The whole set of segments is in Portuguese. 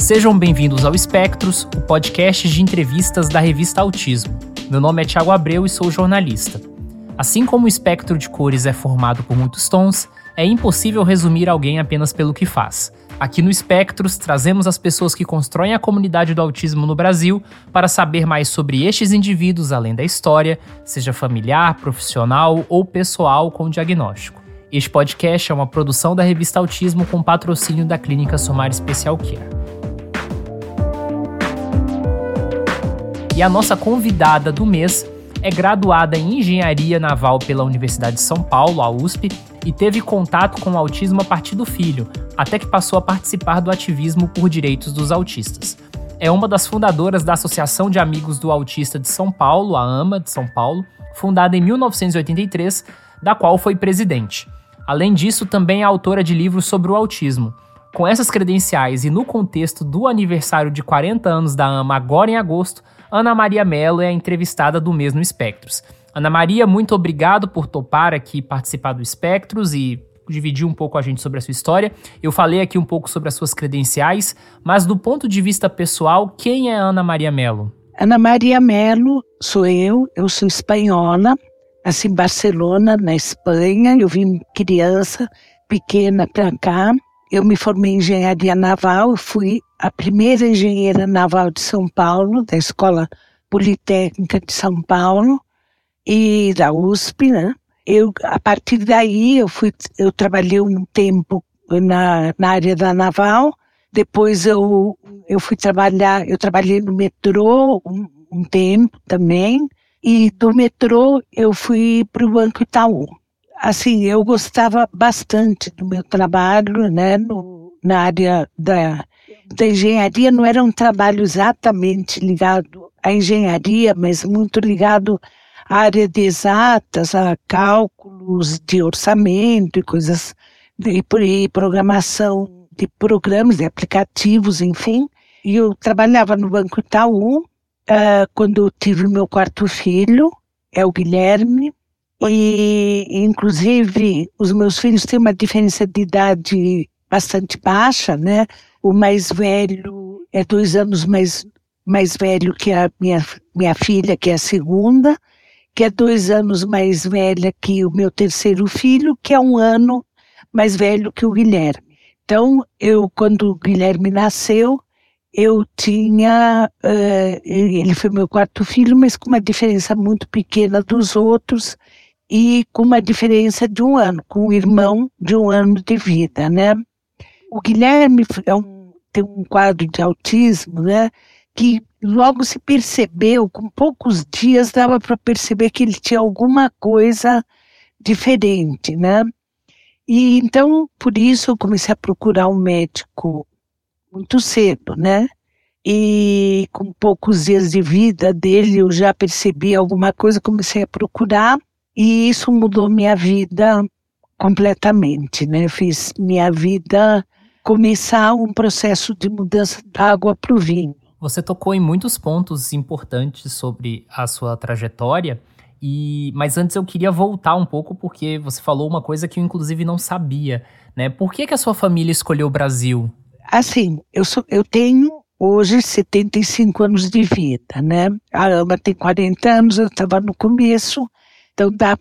Sejam bem-vindos ao Espectros, o podcast de entrevistas da revista Autismo. Meu nome é Thiago Abreu e sou jornalista. Assim como o espectro de cores é formado por muitos tons, é impossível resumir alguém apenas pelo que faz. Aqui no Espectros, trazemos as pessoas que constroem a comunidade do autismo no Brasil para saber mais sobre estes indivíduos além da história, seja familiar, profissional ou pessoal com diagnóstico. Este podcast é uma produção da revista Autismo com patrocínio da Clínica Somar Special Care. E a nossa convidada do mês é graduada em Engenharia Naval pela Universidade de São Paulo, a USP, e teve contato com o autismo a partir do filho, até que passou a participar do ativismo por direitos dos autistas. É uma das fundadoras da Associação de Amigos do Autista de São Paulo, a AMA de São Paulo, fundada em 1983, da qual foi presidente. Além disso, também é autora de livros sobre o autismo. Com essas credenciais e no contexto do aniversário de 40 anos da AMA agora em agosto, Ana Maria Mello é a entrevistada do mês no Espectros. Ana Maria, muito obrigado por topar aqui participar do Espectros e dividir um pouco a gente sobre a sua história. Eu falei aqui um pouco sobre as suas credenciais, mas do ponto de vista pessoal, quem é Ana Maria Mello? Ana Maria Mello sou eu sou espanhola, nasci em Barcelona, na Espanha, eu vim criança, pequena para cá. Eu me formei em engenharia naval, fui a primeira engenheira naval de São Paulo, da Escola Politécnica de São Paulo e da USP, né? A partir daí, eu trabalhei um tempo na área da naval, depois eu trabalhei no metrô um tempo também, e do metrô eu fui para o Banco Itaú. Assim, eu gostava bastante do meu trabalho, né, na área da engenharia. Não era um trabalho exatamente ligado à engenharia, mas muito ligado à área de exatas, a cálculos de orçamento e coisas, e programação de programas, de aplicativos, enfim. E eu trabalhava no Banco Itaú quando eu tive o meu quarto filho, é o Guilherme. E, inclusive, os meus filhos têm uma diferença de idade bastante baixa, né? O mais velho é 2 anos mais velho que a minha filha, que é a segunda, que é 2 anos mais velha que o meu terceiro filho, que é 1 ano mais velho que o Guilherme. Então, quando o Guilherme nasceu, eu tinha... ele foi meu quarto filho, mas com uma diferença muito pequena dos outros, e com uma diferença de 1 ano, com um irmão de 1 ano de vida, né? O Guilherme tem um quadro de autismo, né? Que logo se percebeu, com poucos dias dava para perceber que ele tinha alguma coisa diferente, né? E então, por isso, eu comecei a procurar um médico muito cedo, né? E com poucos dias de vida dele, eu já percebi alguma coisa, comecei a procurar. E isso mudou minha vida completamente, né? Fiz minha vida começar um processo de mudança da água para o vinho. Você tocou em muitos pontos importantes sobre a sua trajetória, mas antes eu queria voltar um pouco porque você falou uma coisa que eu inclusive não sabia, né? Por que a sua família escolheu o Brasil? Assim, eu tenho hoje 75 anos de vida, né? A Ama tem 40 anos, eu estava no começo. Então dá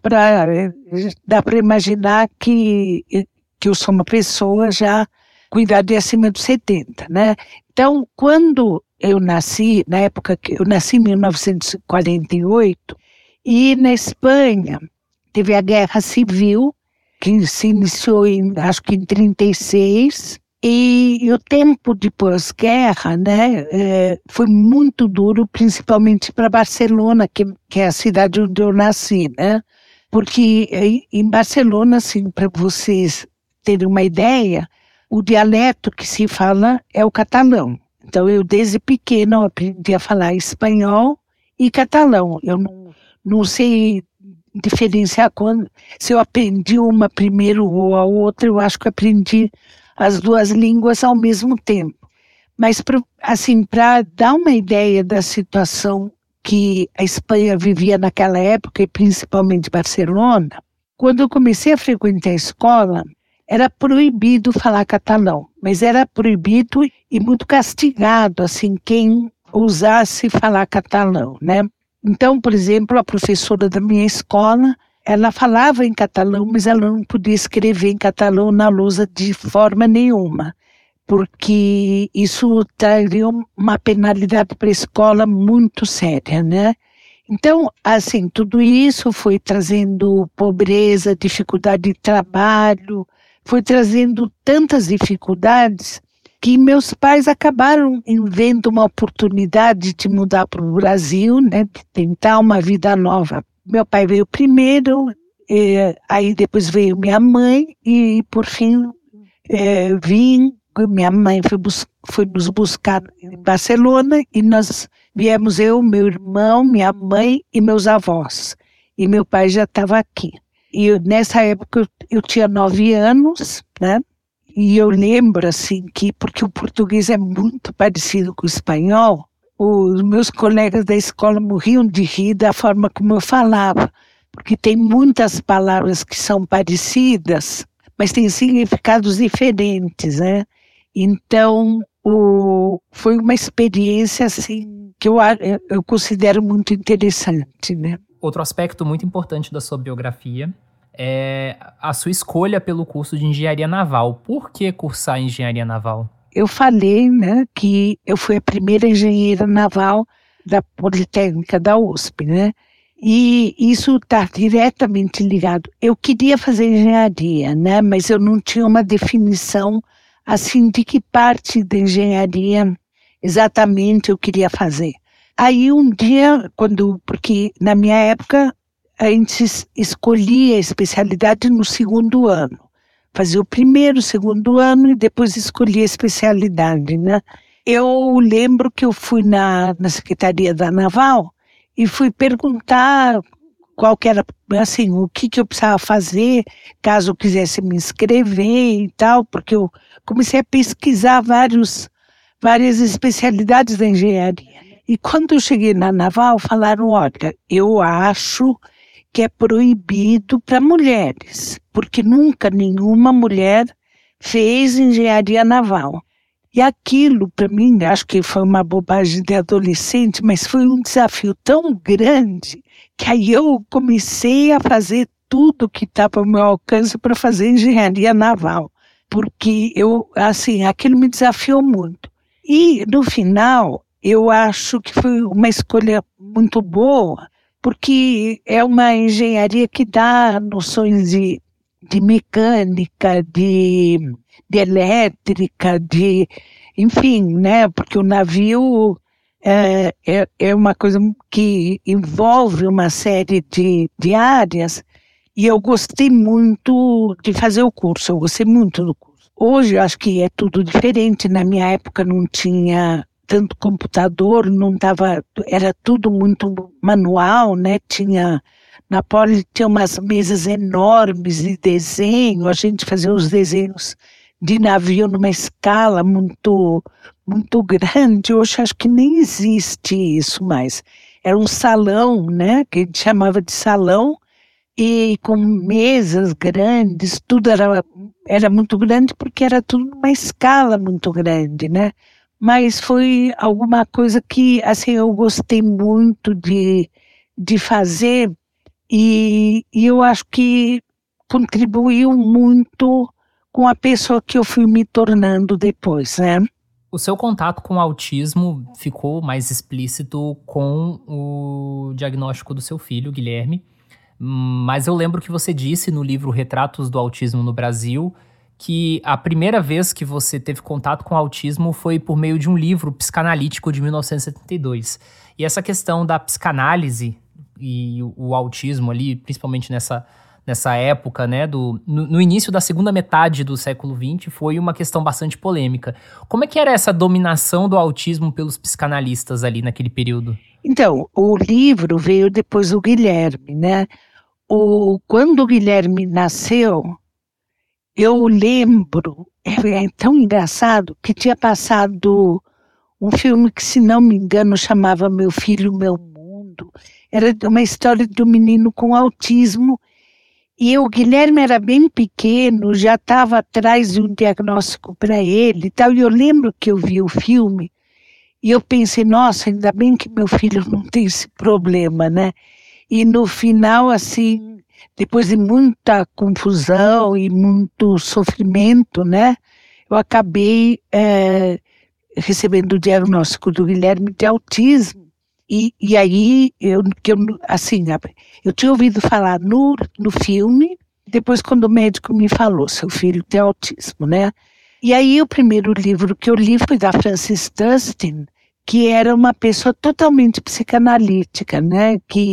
para imaginar que eu sou uma pessoa já com idade acima dos 70, né? Então, quando eu nasci, na época que eu nasci em 1948, e na Espanha teve a Guerra Civil, que se iniciou acho que em 1936, e o tempo de pós-guerra, né, foi muito duro, principalmente para Barcelona, que é a cidade onde eu nasci, né? Porque em Barcelona, assim, para vocês terem uma ideia, o dialeto que se fala é o catalão. Então, eu desde pequena eu aprendi a falar espanhol e catalão. Eu não sei diferenciar se eu aprendi uma primeiro ou a outra. Eu acho que aprendi as 2 línguas ao mesmo tempo. Mas, para dar uma ideia da situação que a Espanha vivia naquela época, e principalmente Barcelona, quando eu comecei a frequentar a escola, era proibido falar catalão, mas era proibido e muito castigado, assim, quem ousasse falar catalão, né? Então, por exemplo, a professora da minha escola, ela falava em catalão, mas ela não podia escrever em catalão na lousa de forma nenhuma, porque isso traria uma penalidade para a escola muito séria, né? Então, assim, tudo isso foi trazendo pobreza, dificuldade de trabalho, foi trazendo tantas dificuldades que meus pais acabaram vendo uma oportunidade de mudar para o Brasil, né, de tentar uma vida nova. Meu pai veio primeiro, aí depois veio minha mãe e, por fim, minha mãe foi nos buscar em Barcelona e nós viemos eu, meu irmão, minha mãe e meus avós. E meu pai já estava aqui. E nessa época eu tinha 9 anos, né? E eu lembro assim que, porque o português é muito parecido com o espanhol, os meus colegas da escola morriam de rir da forma como eu falava, porque tem muitas palavras que são parecidas, mas têm significados diferentes, né? Então, foi uma experiência assim que eu considero muito interessante, né? Outro aspecto muito importante da sua biografia é a sua escolha pelo curso de engenharia naval. Por que cursar engenharia naval? Eu falei, né, que eu fui a primeira engenheira naval da Politécnica da USP, né? E isso está diretamente ligado. Eu queria fazer engenharia, né? Mas eu não tinha uma definição assim de que parte da engenharia exatamente eu queria fazer. Aí um dia, porque na minha época a gente escolhia a especialidade no segundo ano. Fazia o primeiro, segundo ano e depois escolhia a especialidade, né? Eu lembro que eu fui na Secretaria da Naval e fui perguntar qual que era, assim, o que eu precisava fazer caso eu quisesse me inscrever e tal, porque eu comecei a pesquisar várias especialidades da engenharia. E quando eu cheguei na Naval, falaram, olha, eu acho que é proibido para mulheres, porque nunca nenhuma mulher fez engenharia naval. E aquilo, para mim, acho que foi uma bobagem de adolescente, mas foi um desafio tão grande que aí eu comecei a fazer tudo que estava ao meu alcance para fazer engenharia naval, porque aquilo me desafiou muito. E, no final, eu acho que foi uma escolha muito boa, porque é uma engenharia que dá noções de mecânica, de elétrica, enfim, né? Porque o navio é uma coisa que envolve uma série de áreas e eu gostei muito de fazer o curso, eu gostei muito do curso. Hoje eu acho que é tudo diferente, na minha época não tinha tanto computador, era tudo muito manual, né? Na Poli tinha umas mesas enormes de desenho, a gente fazia os desenhos de navio numa escala muito, muito grande. Hoje acho que nem existe isso mais. Era um salão, né? Que a gente chamava de salão, e com mesas grandes, tudo era muito grande porque era tudo numa escala muito grande, né? Mas foi alguma coisa que, assim, eu gostei muito de fazer e eu acho que contribuiu muito com a pessoa que eu fui me tornando depois, né? O seu contato com o autismo ficou mais explícito com o diagnóstico do seu filho, Guilherme, mas eu lembro que você disse no livro Retratos do Autismo no Brasil que a primeira vez que você teve contato com o autismo foi por meio de um livro psicanalítico de 1972. E essa questão da psicanálise e o autismo ali, principalmente nessa época, né, no início da segunda metade do século XX, foi uma questão bastante polêmica. Como é que era essa dominação do autismo pelos psicanalistas ali naquele período? Então, o livro veio depois do Guilherme, né? Quando o Guilherme nasceu, eu lembro, é tão engraçado, que tinha passado um filme que, se não me engano, chamava Meu Filho, Meu Mundo. Era uma história de um menino com autismo E o Guilherme era bem pequeno, já estava atrás de um diagnóstico para ele e tal. E eu lembro que eu vi o filme e eu pensei, nossa, ainda bem que meu filho não tem esse problema, né? E no final, assim, depois de muita confusão e muito sofrimento, né? Eu acabei recebendo o diagnóstico do Guilherme de autismo. E aí, assim, eu tinha ouvido falar no filme, depois quando o médico me falou, seu filho tem autismo, né? E aí o primeiro livro que eu li foi da Frances Dustin, que era uma pessoa totalmente psicanalítica, né?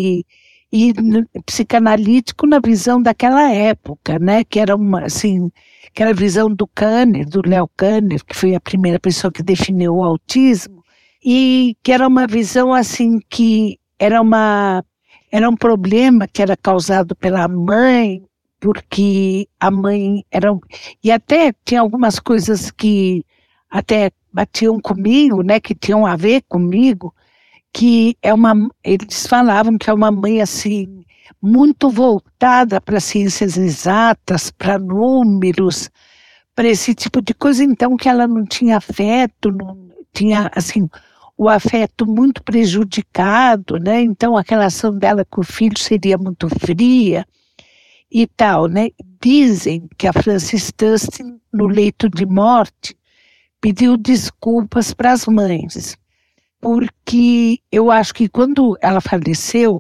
Psicanalítico na visão daquela época, né? Que era assim, aquela visão do Kanner, do Léo Kanner, que foi a primeira pessoa que definiu o autismo, e que era uma visão assim que era um problema que era causado pela mãe, porque a mãe era... E até tinha algumas coisas que até batiam comigo, né, que tinham a ver comigo, que eles falavam que é uma mãe assim, muito voltada para ciências exatas, para números, para esse tipo de coisa, então que ela não tinha afeto, não tinha assim, o afeto muito prejudicado, né? Então a relação dela com o filho seria muito fria e tal, né? Dizem que a Frances Dustin, no leito de morte, pediu desculpas para as mães, porque eu acho que quando ela faleceu,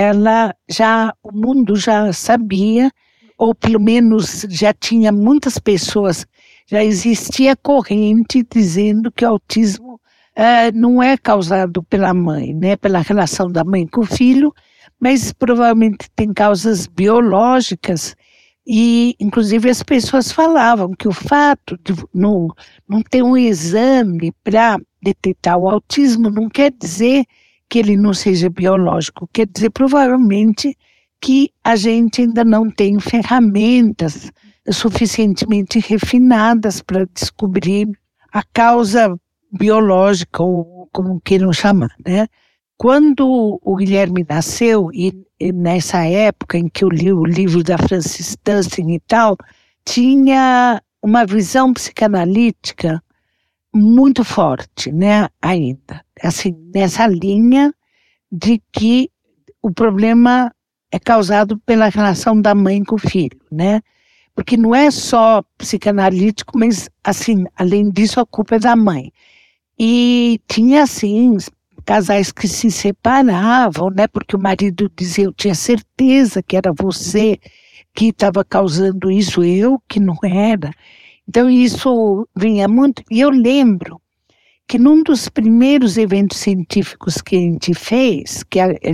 o mundo já sabia, ou pelo menos já tinha muitas pessoas, já existia corrente dizendo que o autismo não é causado pela mãe, né, pela relação da mãe com o filho, mas provavelmente tem causas biológicas. E, inclusive, as pessoas falavam que o fato de não ter um exame para detectar o autismo não quer dizer que ele não seja biológico, quer dizer, provavelmente, que a gente ainda não tem ferramentas suficientemente refinadas para descobrir a causa biológica, ou como queiram chamar, né? Quando o Guilherme nasceu, e nessa época em que eu li o livro da Frances Dustin e tal, tinha uma visão psicanalítica muito forte, né, ainda. Assim, nessa linha de que o problema é causado pela relação da mãe com o filho, né? Porque não é só psicanalítico, mas, assim, além disso, a culpa é da mãe. E tinha, assim, casais que se separavam, né? Porque o marido dizia, eu tinha certeza que era você que estava causando isso, eu que não era. Então isso vinha muito. E eu lembro que num dos primeiros eventos científicos que a gente fez,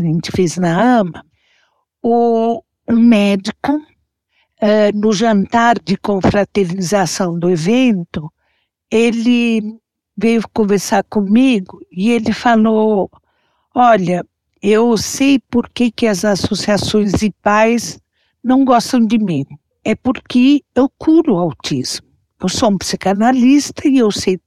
na AMA, um médico, no jantar de confraternização do evento, ele veio conversar comigo e ele falou, olha, eu sei por que as associações de pais não gostam de mim. É porque eu curo o autismo. Eu sou um psicanalista e eu sei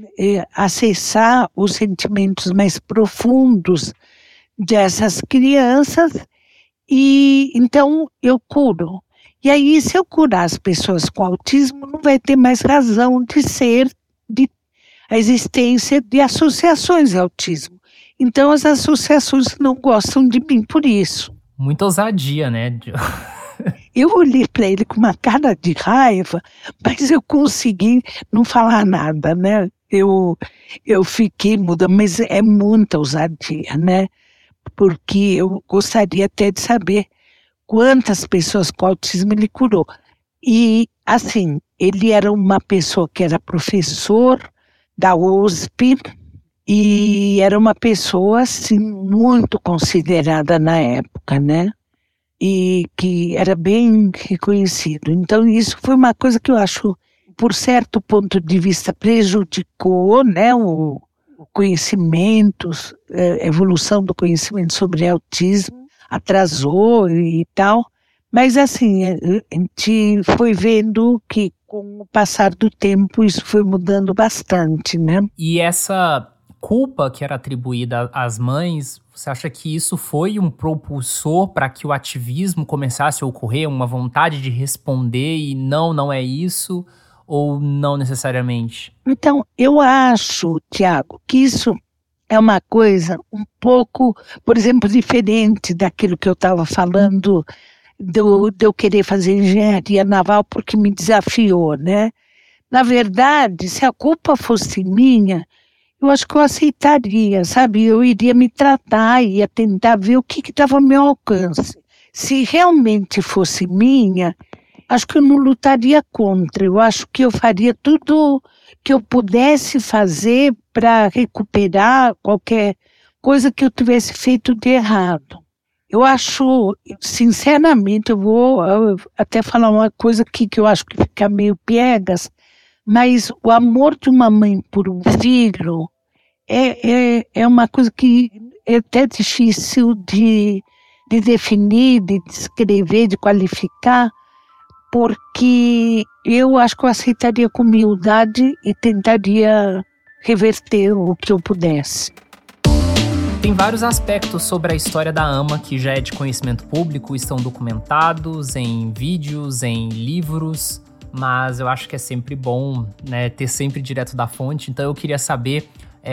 acessar os sentimentos mais profundos dessas crianças e então eu curo. E aí, se eu curar as pessoas com autismo, não vai ter mais razão de ser a existência de associações de autismo. Então as associações não gostam de mim por isso. Muita ousadia, né? Eu olhei para ele com uma cara de raiva, mas eu consegui não falar nada, né? Eu fiquei muda, mas é muita ousadia, né? Porque eu gostaria até de saber quantas pessoas com autismo ele curou. E, assim, ele era uma pessoa que era professor da USP e era uma pessoa, assim, muito considerada na época, né? E que era bem reconhecido. Então isso foi uma coisa que eu acho, por certo ponto de vista, prejudicou, né, o conhecimento, a evolução do conhecimento sobre autismo, atrasou e tal, mas assim, a gente foi vendo que com o passar do tempo isso foi mudando bastante, né? E essa culpa que era atribuída às mães, você acha que isso foi um propulsor para que o ativismo começasse a ocorrer, uma vontade de responder e não é isso, ou não necessariamente? Então, eu acho, Tiago, que isso é uma coisa um pouco, por exemplo, diferente daquilo que eu estava falando de eu querer fazer engenharia naval porque me desafiou, né? Na verdade, se a culpa fosse minha, eu acho que eu aceitaria, sabe? Eu iria me tratar, ia tentar ver o que estava ao meu alcance. Se realmente fosse minha, acho que eu não lutaria contra. Eu acho que eu faria tudo que eu pudesse fazer para recuperar qualquer coisa que eu tivesse feito de errado. Eu acho, sinceramente, eu até falar uma coisa aqui que eu acho que fica meio piegas, mas o amor de uma mãe por um filho é uma coisa que é até difícil de definir, de descrever, de qualificar, porque eu acho que eu aceitaria com humildade e tentaria reverter o que eu pudesse. Tem vários aspectos sobre a história da AMA que já é de conhecimento público, estão documentados em vídeos, em livros, mas eu acho que é sempre bom, né, ter sempre direto da fonte. Então eu queria saber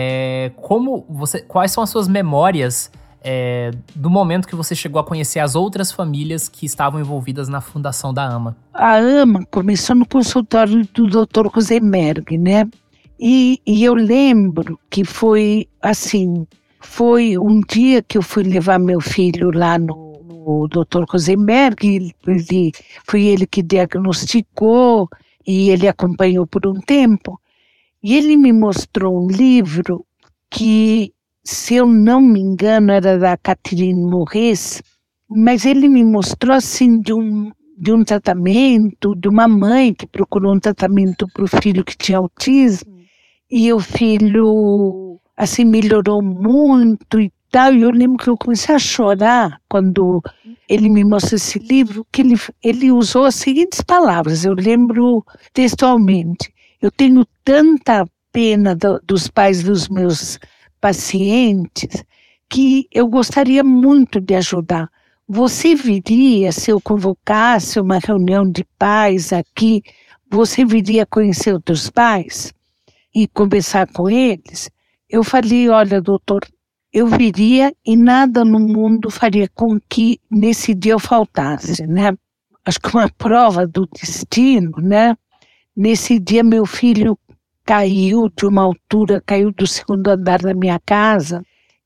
quais são as suas memórias do momento que você chegou a conhecer as outras famílias que estavam envolvidas na fundação da AMA. A AMA começou no consultório do Dr. Rosenberg, né? E eu lembro que foi assim, foi um dia que eu fui levar meu filho lá no Dr. Rosenberg, foi ele que diagnosticou e ele acompanhou por um tempo. E ele me mostrou um livro que, se eu não me engano, era da Catherine Morris, mas ele me mostrou assim de um tratamento, de uma mãe que procurou um tratamento para o filho que tinha autismo, e o filho assim melhorou muito e tal. E eu lembro que eu comecei a chorar quando ele me mostrou esse livro, que ele usou as seguintes palavras, eu lembro textualmente: eu tenho tanta pena dos pais dos meus pacientes que eu gostaria muito de ajudar. Você viria, se eu convocasse uma reunião de pais aqui, você viria conhecer outros pais e conversar com eles? Eu falei: olha, doutor, eu viria e nada no mundo faria com que nesse dia eu faltasse, né? Acho que uma prova do destino, né? Nesse dia meu filho caiu de uma altura, caiu do segundo andar da minha casa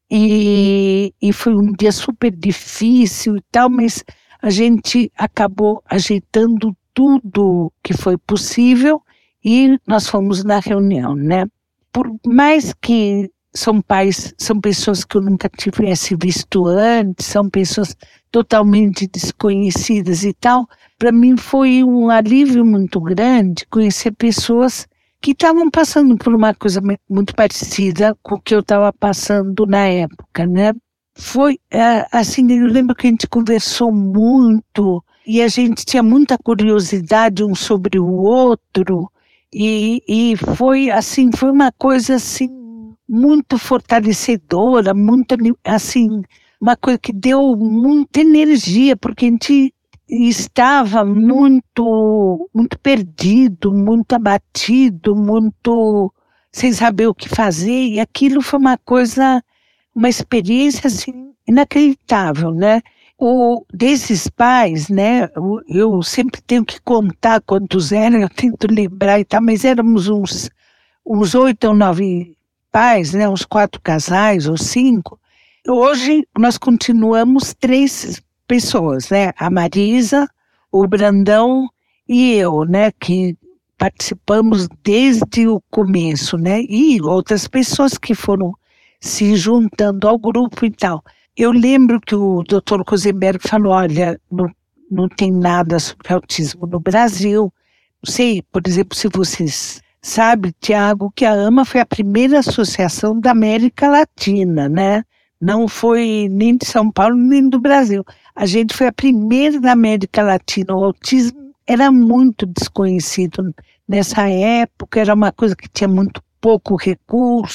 e foi um dia super difícil e tal, mas a gente acabou ajeitando tudo que foi possível e nós fomos na reunião, né? Por mais que são pessoas que eu nunca tivesse visto antes, são pessoas totalmente desconhecidas e tal, para mim foi um alívio muito grande conhecer pessoas que estavam passando por uma coisa muito parecida com o que eu estava passando na época, né? Foi assim, eu lembro que a gente conversou muito e a gente tinha muita curiosidade um sobre o outro e foi assim, foi uma coisa assim muito fortalecedora, muito assim, uma coisa que deu muita energia, porque a gente estava muito perdido, muito abatido, muito sem saber o que fazer, e aquilo foi uma experiência assim inacreditável, né? Desses pais, né? Eu sempre tenho que contar quantos eram, eu tento lembrar e tal, mas éramos uns 8 ou 9 pais, né? Uns 4 casais ou 5. Hoje nós continuamos 3 pessoas, né? A Marisa, o Brandão e eu, né? Que participamos desde o começo, né? E outras pessoas que foram se juntando ao grupo e tal. Eu lembro que o Dr. Rosenberg falou: olha, não tem nada sobre autismo no Brasil. Não sei, por exemplo, se vocês sabem, Tiago, que a AMA foi a primeira associação da América Latina, né? Não foi nem de São Paulo, nem do Brasil. A gente foi a primeira da América Latina. O autismo era muito desconhecido nessa época, era uma coisa que tinha muito pouco recurso.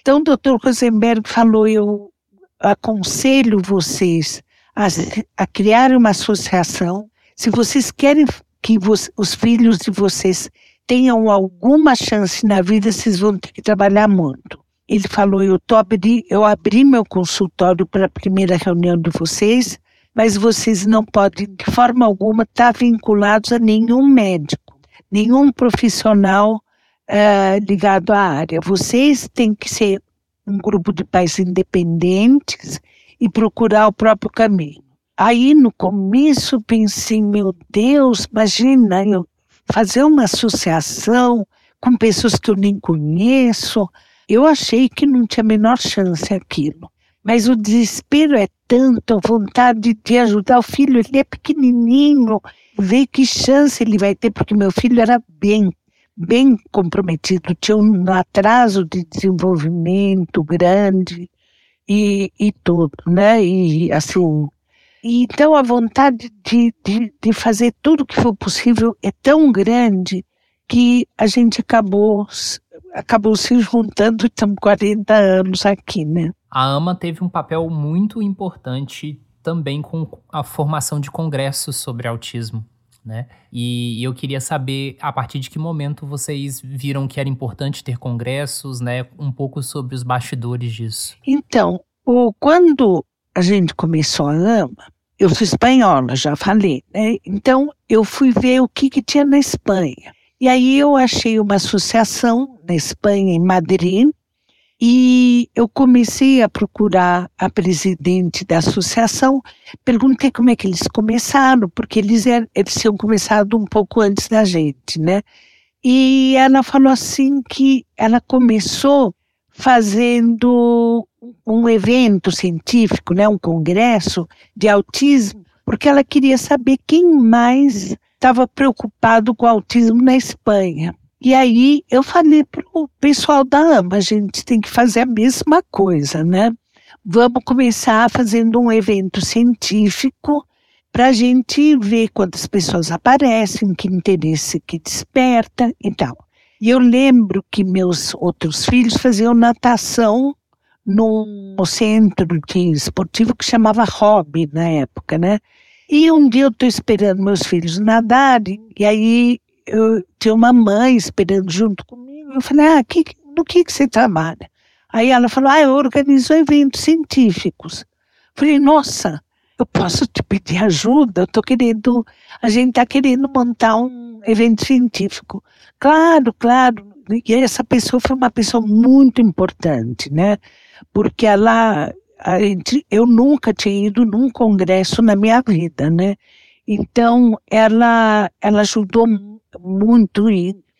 Então, o Dr. Rosenberg falou, eu aconselho vocês a criar uma associação. Se vocês querem que os filhos de vocês tenham alguma chance na vida, vocês vão ter que trabalhar muito. Ele falou, eu abri meu consultório para a primeira reunião de vocês, mas vocês não podem, de forma alguma, estar vinculados a nenhum médico, nenhum profissional ligado à área. Vocês têm que ser um grupo de pais independentes e procurar o próprio caminho. Aí, no começo, pensei, meu Deus, imagina, eu fazer uma associação com pessoas que eu nem conheço. Eu achei que não tinha a menor chance aquilo. Mas o desespero é tanto, a vontade de ajudar o filho, ele é pequenininho, ver que chance ele vai ter, porque meu filho era bem comprometido, tinha um atraso de desenvolvimento grande e tudo, né? E assim, então a vontade de fazer tudo que for possível é tão grande que a gente acabou se juntando, estamos 40 anos aqui, né? A AMA teve um papel muito importante também com a formação de congressos sobre autismo, né? E eu queria saber, a partir de que momento vocês viram que era importante ter congressos, né? Um pouco sobre os bastidores disso. Então, quando a gente começou a AMA, eu sou espanhola, já falei, né? Então, eu fui ver o que tinha na Espanha. E aí eu achei uma associação na Espanha, em Madrid, e eu comecei a procurar a presidente da associação, perguntei como é que eles começaram, porque eles tinham começado um pouco antes da gente, né? E ela falou assim que ela começou fazendo um evento científico, né, um congresso de autismo, porque ela queria saber quem mais estava preocupado com o autismo na Espanha. E aí eu falei para o pessoal da AMA, a gente tem que fazer a mesma coisa, né? Vamos começar fazendo um evento científico para a gente ver quantas pessoas aparecem, que interesse que desperta e tal. E eu lembro que meus outros filhos faziam natação num centro esportivo que chamava Hobby na época, né? E um dia eu estou esperando meus filhos nadarem, e aí eu tinha uma mãe esperando junto comigo. Eu falei, no que você trabalha? Aí ela falou, eu organizo eventos científicos. Eu falei, nossa, eu posso te pedir ajuda? A gente está querendo montar um evento científico. Claro. E essa pessoa foi uma pessoa muito importante, né? Porque eu nunca tinha ido num congresso na minha vida, né? Então, ela ajudou muito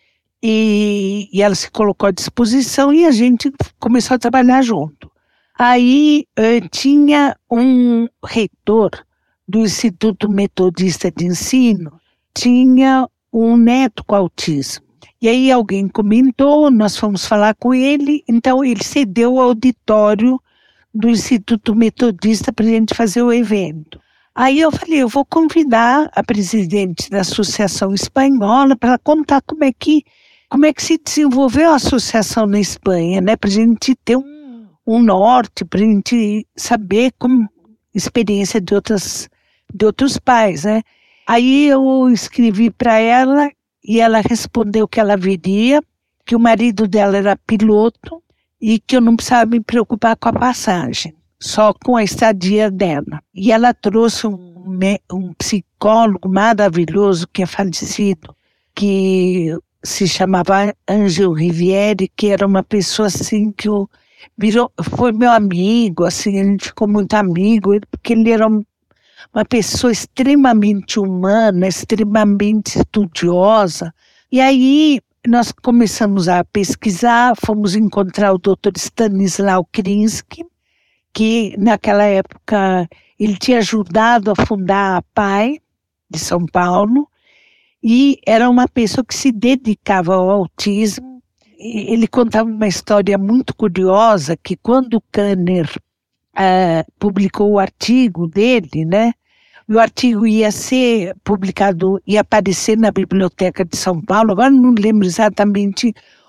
e ela se colocou à disposição e a gente começou a trabalhar junto. Aí tinha um reitor do Instituto Metodista de Ensino, tinha um neto com autismo. E aí alguém comentou, nós fomos falar com ele, então ele cedeu o auditório do Instituto Metodista para a gente fazer o evento. Aí eu falei, eu vou convidar a presidente da Associação Espanhola para contar como é que se desenvolveu a associação na Espanha, né? Para a gente ter um norte, para a gente saber como experiência de outros pais, né? Aí eu escrevi para ela e ela respondeu que ela viria, que o marido dela era piloto e que eu não precisava me preocupar com a passagem, só com a estadia dela. E ela trouxe um psicólogo maravilhoso que é falecido, que se chamava Ângelo Riviere, que era uma pessoa assim que foi meu amigo, assim, a gente ficou muito amigo, porque ele era uma pessoa extremamente humana, extremamente estudiosa. E aí nós começamos a pesquisar, fomos encontrar o Dr. Stanisław Kriński, que naquela época ele tinha ajudado a fundar a PAI de São Paulo, e era uma pessoa que se dedicava ao autismo. Ele contava uma história muito curiosa, que quando o Kanner publicou o artigo dele, né, e o artigo ia ser publicado, ia aparecer na Biblioteca de São Paulo, agora não lembro exatamente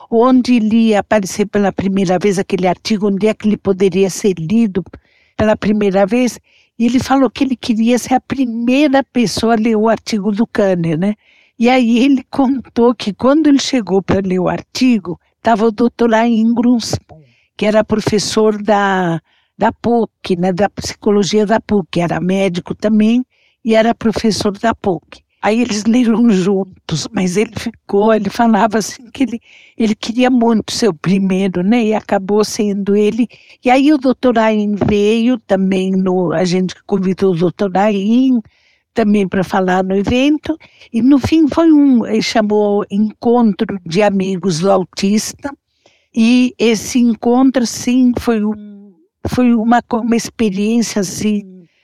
onde ele ia aparecer pela primeira vez, aquele artigo, onde é que ele poderia ser lido pela primeira vez. E ele falou que ele queria ser a primeira pessoa a ler o artigo do Kanner, né? E aí ele contou que quando ele chegou para ler o artigo, estava o Dr. Ingrams, que era professor da PUC, né, da psicologia da PUC, era médico também e era professor da PUC. Aí eles leram juntos, mas ele falava assim que ele queria muito ser o primeiro, né, e acabou sendo ele. E aí o Dr. Ayn veio também, a gente convidou o Dr. Ayn também para falar no evento, e no fim ele chamou Encontro de Amigos do Autista, e esse encontro, sim, foi uma experiência, assim,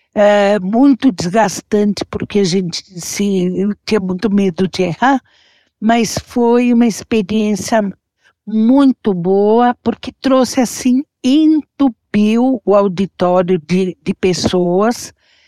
muito desgastante, porque a gente tinha muito medo de errar, mas foi uma experiência muito boa, porque trouxe, assim, entupiu o auditório de pessoas.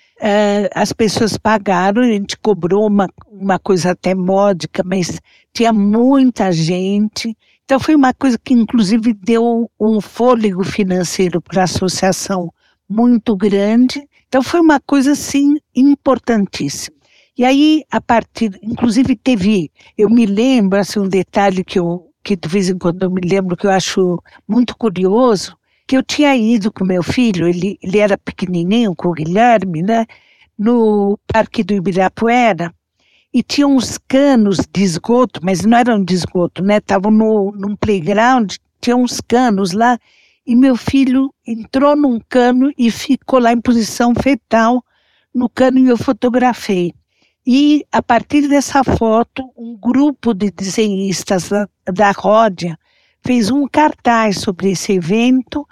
As pessoas pagaram, a gente cobrou uma coisa até módica, mas tinha muita gente. Então foi uma coisa que inclusive deu um fôlego financeiro para a associação muito grande. Então foi uma coisa assim importantíssima. E aí inclusive eu me lembro assim, um detalhe que de vez em quando eu me lembro, que eu acho muito curioso, que eu tinha ido com meu filho, ele era pequenininho, com o Guilherme, né, no Parque do Ibirapuera, e tinha uns canos de esgoto, mas não eram de esgoto, né, estavam num playground, tinha uns canos lá, e meu filho entrou num cano e ficou lá em posição fetal no cano, e eu fotografei. E a partir dessa foto, um grupo de desenhistas da Ródia fez um cartaz sobre esse evento,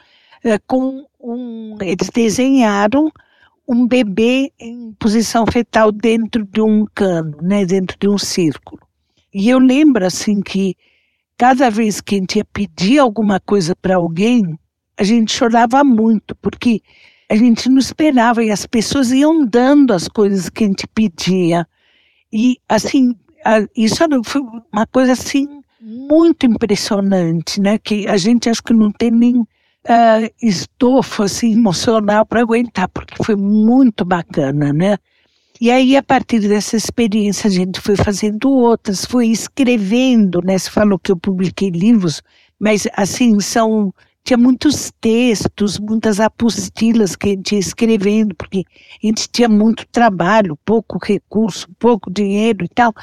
eles desenharam um bebê em posição fetal dentro de um cano, né, dentro de um círculo. E eu lembro assim que cada vez que a gente ia pedir alguma coisa para alguém, a gente chorava muito, porque a gente não esperava e as pessoas iam dando as coisas que a gente pedia. E assim, isso foi uma coisa assim muito impressionante, né? Que a gente acho que não tem nem estofo assim, emocional para aguentar, porque foi muito bacana, né? E aí, a partir dessa experiência, a gente foi fazendo outras, foi escrevendo, né? Você falou que eu publiquei livros, mas assim, tinha muitos textos, muitas apostilas que a gente ia escrevendo, porque a gente tinha muito trabalho, pouco recurso, pouco dinheiro e tal.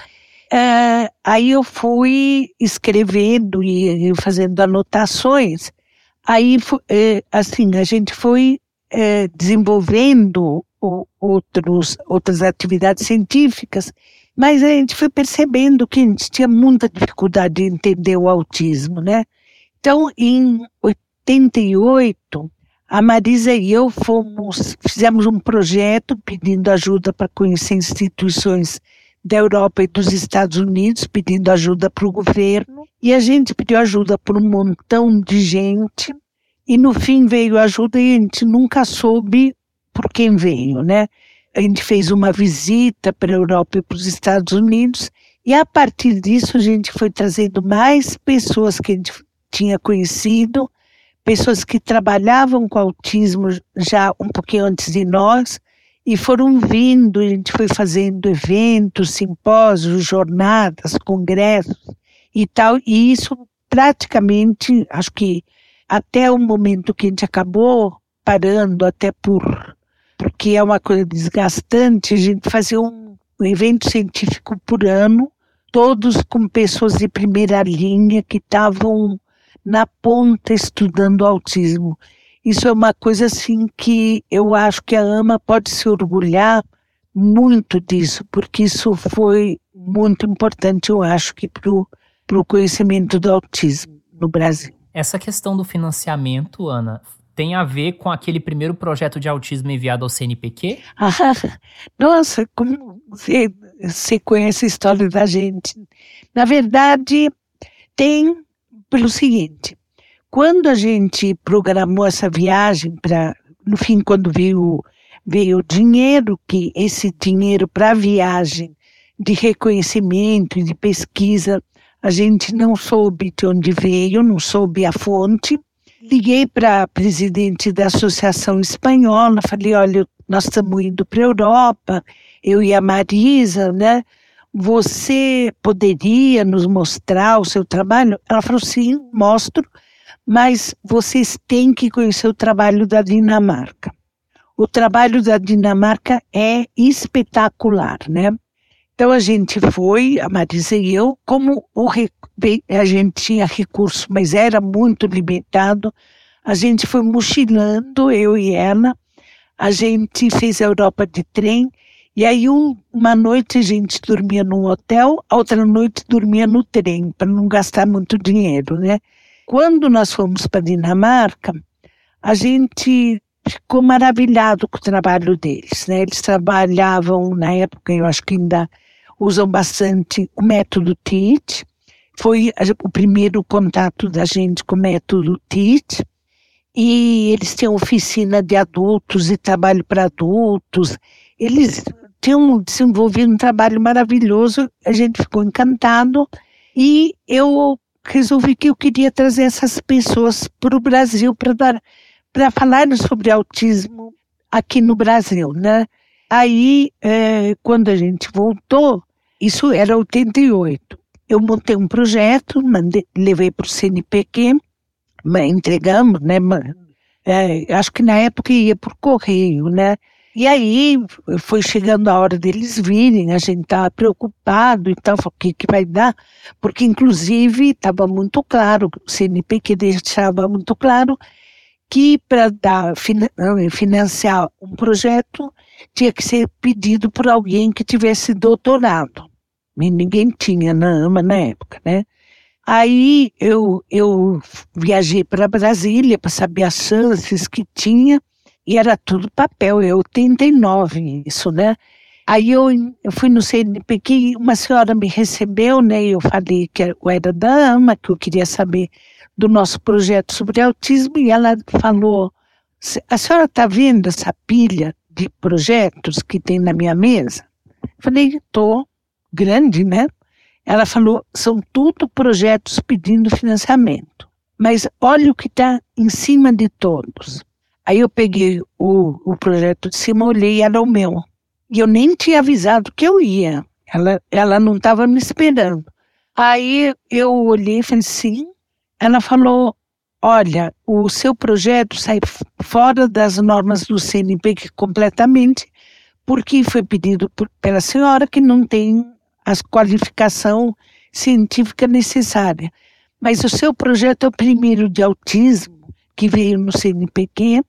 Aí eu fui escrevendo e fazendo anotações. Aí, assim, a gente foi desenvolvendo outras atividades científicas, mas a gente foi percebendo que a gente tinha muita dificuldade de entender o autismo, né? Então, em 88, a Marisa e eu fizemos um projeto pedindo ajuda para conhecer instituições da Europa e dos Estados Unidos, pedindo ajuda para o governo, e a gente pediu ajuda para um montão de gente, e no fim veio ajuda e a gente nunca soube por quem veio, né? A gente fez uma visita para a Europa e para os Estados Unidos, e a partir disso a gente foi trazendo mais pessoas que a gente tinha conhecido, pessoas que trabalhavam com autismo já um pouquinho antes de nós, e foram vindo, a gente foi fazendo eventos, simpósios, jornadas, congressos e tal, e isso praticamente, acho que até o momento que a gente acabou parando, até porque é uma coisa desgastante, a gente fazia um evento científico por ano, todos com pessoas de primeira linha que estavam na ponta estudando autismo. Isso é uma coisa assim que eu acho que a AMA pode se orgulhar muito disso, porque isso foi muito importante, eu acho, que para o conhecimento do autismo no Brasil. Essa questão do financiamento, Ana, tem a ver com aquele primeiro projeto de autismo enviado ao CNPq? Nossa, como você conhece a história da gente. Na verdade, tem pelo seguinte, quando a gente programou essa viagem, no fim, quando veio o dinheiro, que esse dinheiro para a viagem de reconhecimento e de pesquisa, A gente não soube de onde veio, não soube a fonte. Liguei para a presidente da Associação Espanhola, falei, olha, nós estamos indo para a Europa, eu e a Marisa, né? Você poderia nos mostrar o seu trabalho? Ela falou, sim, mostro, mas vocês têm que conhecer o trabalho da Dinamarca. O trabalho da Dinamarca é espetacular, né? Então a gente foi, a Marisa e eu, como a gente tinha recurso, mas era muito limitado, a gente foi mochilando, eu e ela, a gente fez a Europa de trem, e aí uma noite a gente dormia num hotel, a outra noite dormia no trem, para não gastar muito dinheiro, né? Quando nós fomos para a Dinamarca, a gente ficou maravilhado com o trabalho deles, né? Eles trabalhavam, na época, eu acho que ainda usam bastante o método TEACH. Foi o primeiro contato da gente com o método TEACH. E eles têm oficina de adultos e trabalho para adultos. Eles tinham desenvolvido um trabalho maravilhoso. A gente ficou encantado. E eu resolvi que eu queria trazer essas pessoas para o Brasil para falar sobre autismo aqui no Brasil, né? Aí, quando a gente voltou, isso era 88. Eu montei um projeto, levei para o CNPq, entregamos, né? Acho que na época ia por correio, né? E aí foi chegando a hora deles virem, a gente estava preocupado e tal, o que vai dar? Porque inclusive estava muito claro, o CNPq deixava muito claro que para financiar um projeto tinha que ser pedido por alguém que tivesse doutorado. E ninguém tinha na AMA na época, né? Aí eu viajei para Brasília para saber as chances que tinha, e era tudo papel, 89 isso, né? Aí eu fui no CNPq e uma senhora me recebeu, né? E eu falei que eu era da AMA, que eu queria saber do nosso projeto sobre autismo, e ela falou, a senhora está vendo essa pilha de projetos que tem na minha mesa? Eu falei, estou, grande, né? Ela falou, são tudo projetos pedindo financiamento, mas olha o que está em cima de todos. Aí eu peguei o projeto de cima, olhei e era o meu. E eu nem tinha avisado que eu ia, ela não estava me esperando. Aí eu olhei e falei, sim. Ela falou, olha, o seu projeto sai fora das normas do CNPq completamente, porque foi pedido pela senhora que não tem a qualificação científica necessária. Mas o seu projeto é o primeiro de autismo que veio no CNPq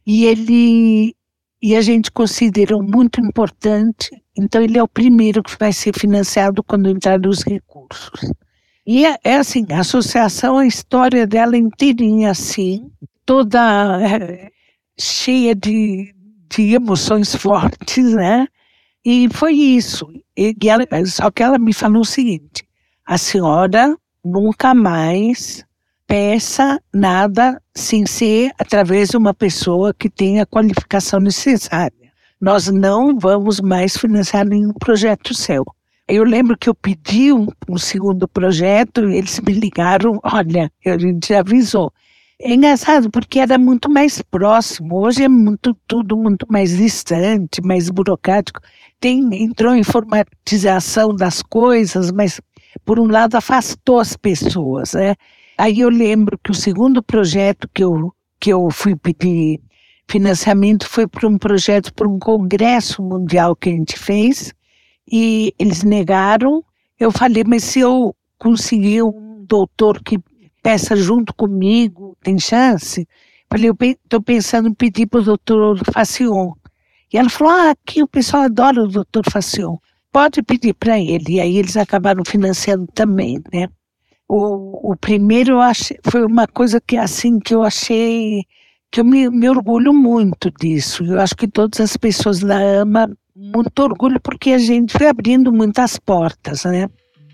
e a gente considerou muito importante, então ele é o primeiro que vai ser financiado quando entrar os recursos. E é assim, a associação, a história dela inteirinha assim, toda cheia de emoções fortes, né? E foi isso. Só que ela me falou o seguinte, a senhora nunca mais peça nada sem ser através de uma pessoa que tenha a qualificação necessária. Nós não vamos mais financiar nenhum projeto seu. Eu lembro que eu pedi um segundo projeto e eles me ligaram, olha, a gente já avisou. É engraçado porque era muito mais próximo, hoje é tudo muito mais distante, mais burocrático. Entrou a informatização das coisas, mas por um lado afastou as pessoas, né? Aí eu lembro que o segundo projeto que eu fui pedir financiamento foi para um projeto, para um congresso mundial que a gente fez, e eles negaram. Eu falei, mas se eu conseguir um doutor que peça junto comigo, tem chance? Falei, eu estou pensando em pedir para o doutor Facion. E ela falou, aqui o pessoal adora o doutor Facion, pode pedir para ele. E aí eles acabaram financiando também, né? O primeiro eu achei, foi uma coisa que assim que eu achei, que eu me orgulho muito disso. Eu acho que todas as pessoas da AMA, muito orgulho, porque a gente foi abrindo muitas portas, né?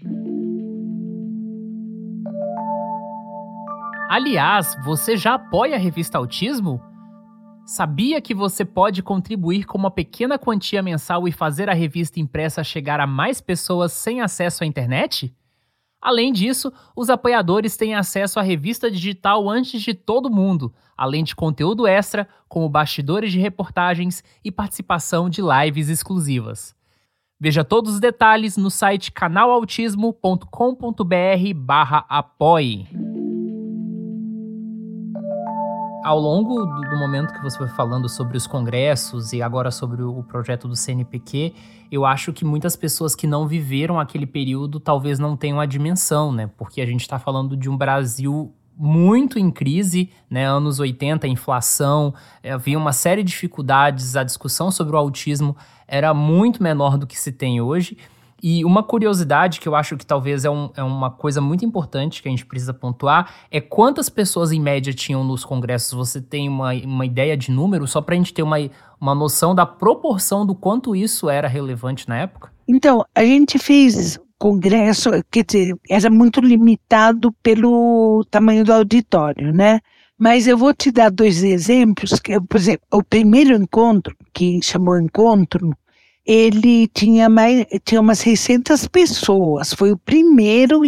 Aliás, você já apoia a revista Autismo? Sabia que você pode contribuir com uma pequena quantia mensal e fazer a revista impressa chegar a mais pessoas sem acesso à internet? Além disso, os apoiadores têm acesso à revista digital antes de todo mundo, além de conteúdo extra, como bastidores de reportagens e participação de lives exclusivas. Veja todos os detalhes no site canalautismo.com.br/apoie. Ao longo do momento que você foi falando sobre os congressos e agora sobre o projeto do CNPq, eu acho que muitas pessoas que não viveram aquele período talvez não tenham a dimensão, né? Porque a gente está falando de um Brasil muito em crise, né? Anos 80, inflação, havia uma série de dificuldades, a discussão sobre o autismo era muito menor do que se tem hoje. E uma curiosidade que eu acho que talvez é uma coisa muito importante que a gente precisa pontuar é quantas pessoas em média tinham nos congressos. Você tem uma ideia de número, só para a gente ter uma noção da proporção do quanto isso era relevante na época? Então, a gente fez congresso, quer dizer, era muito limitado pelo tamanho do auditório, né? Mas eu vou te dar 2 exemplos. Por exemplo, o primeiro encontro, que chamou Encontro, ele tinha umas 600 pessoas. Foi o primeiro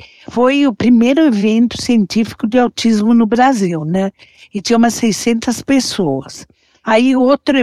evento científico de autismo no Brasil, né? E tinha umas 600 pessoas. Aí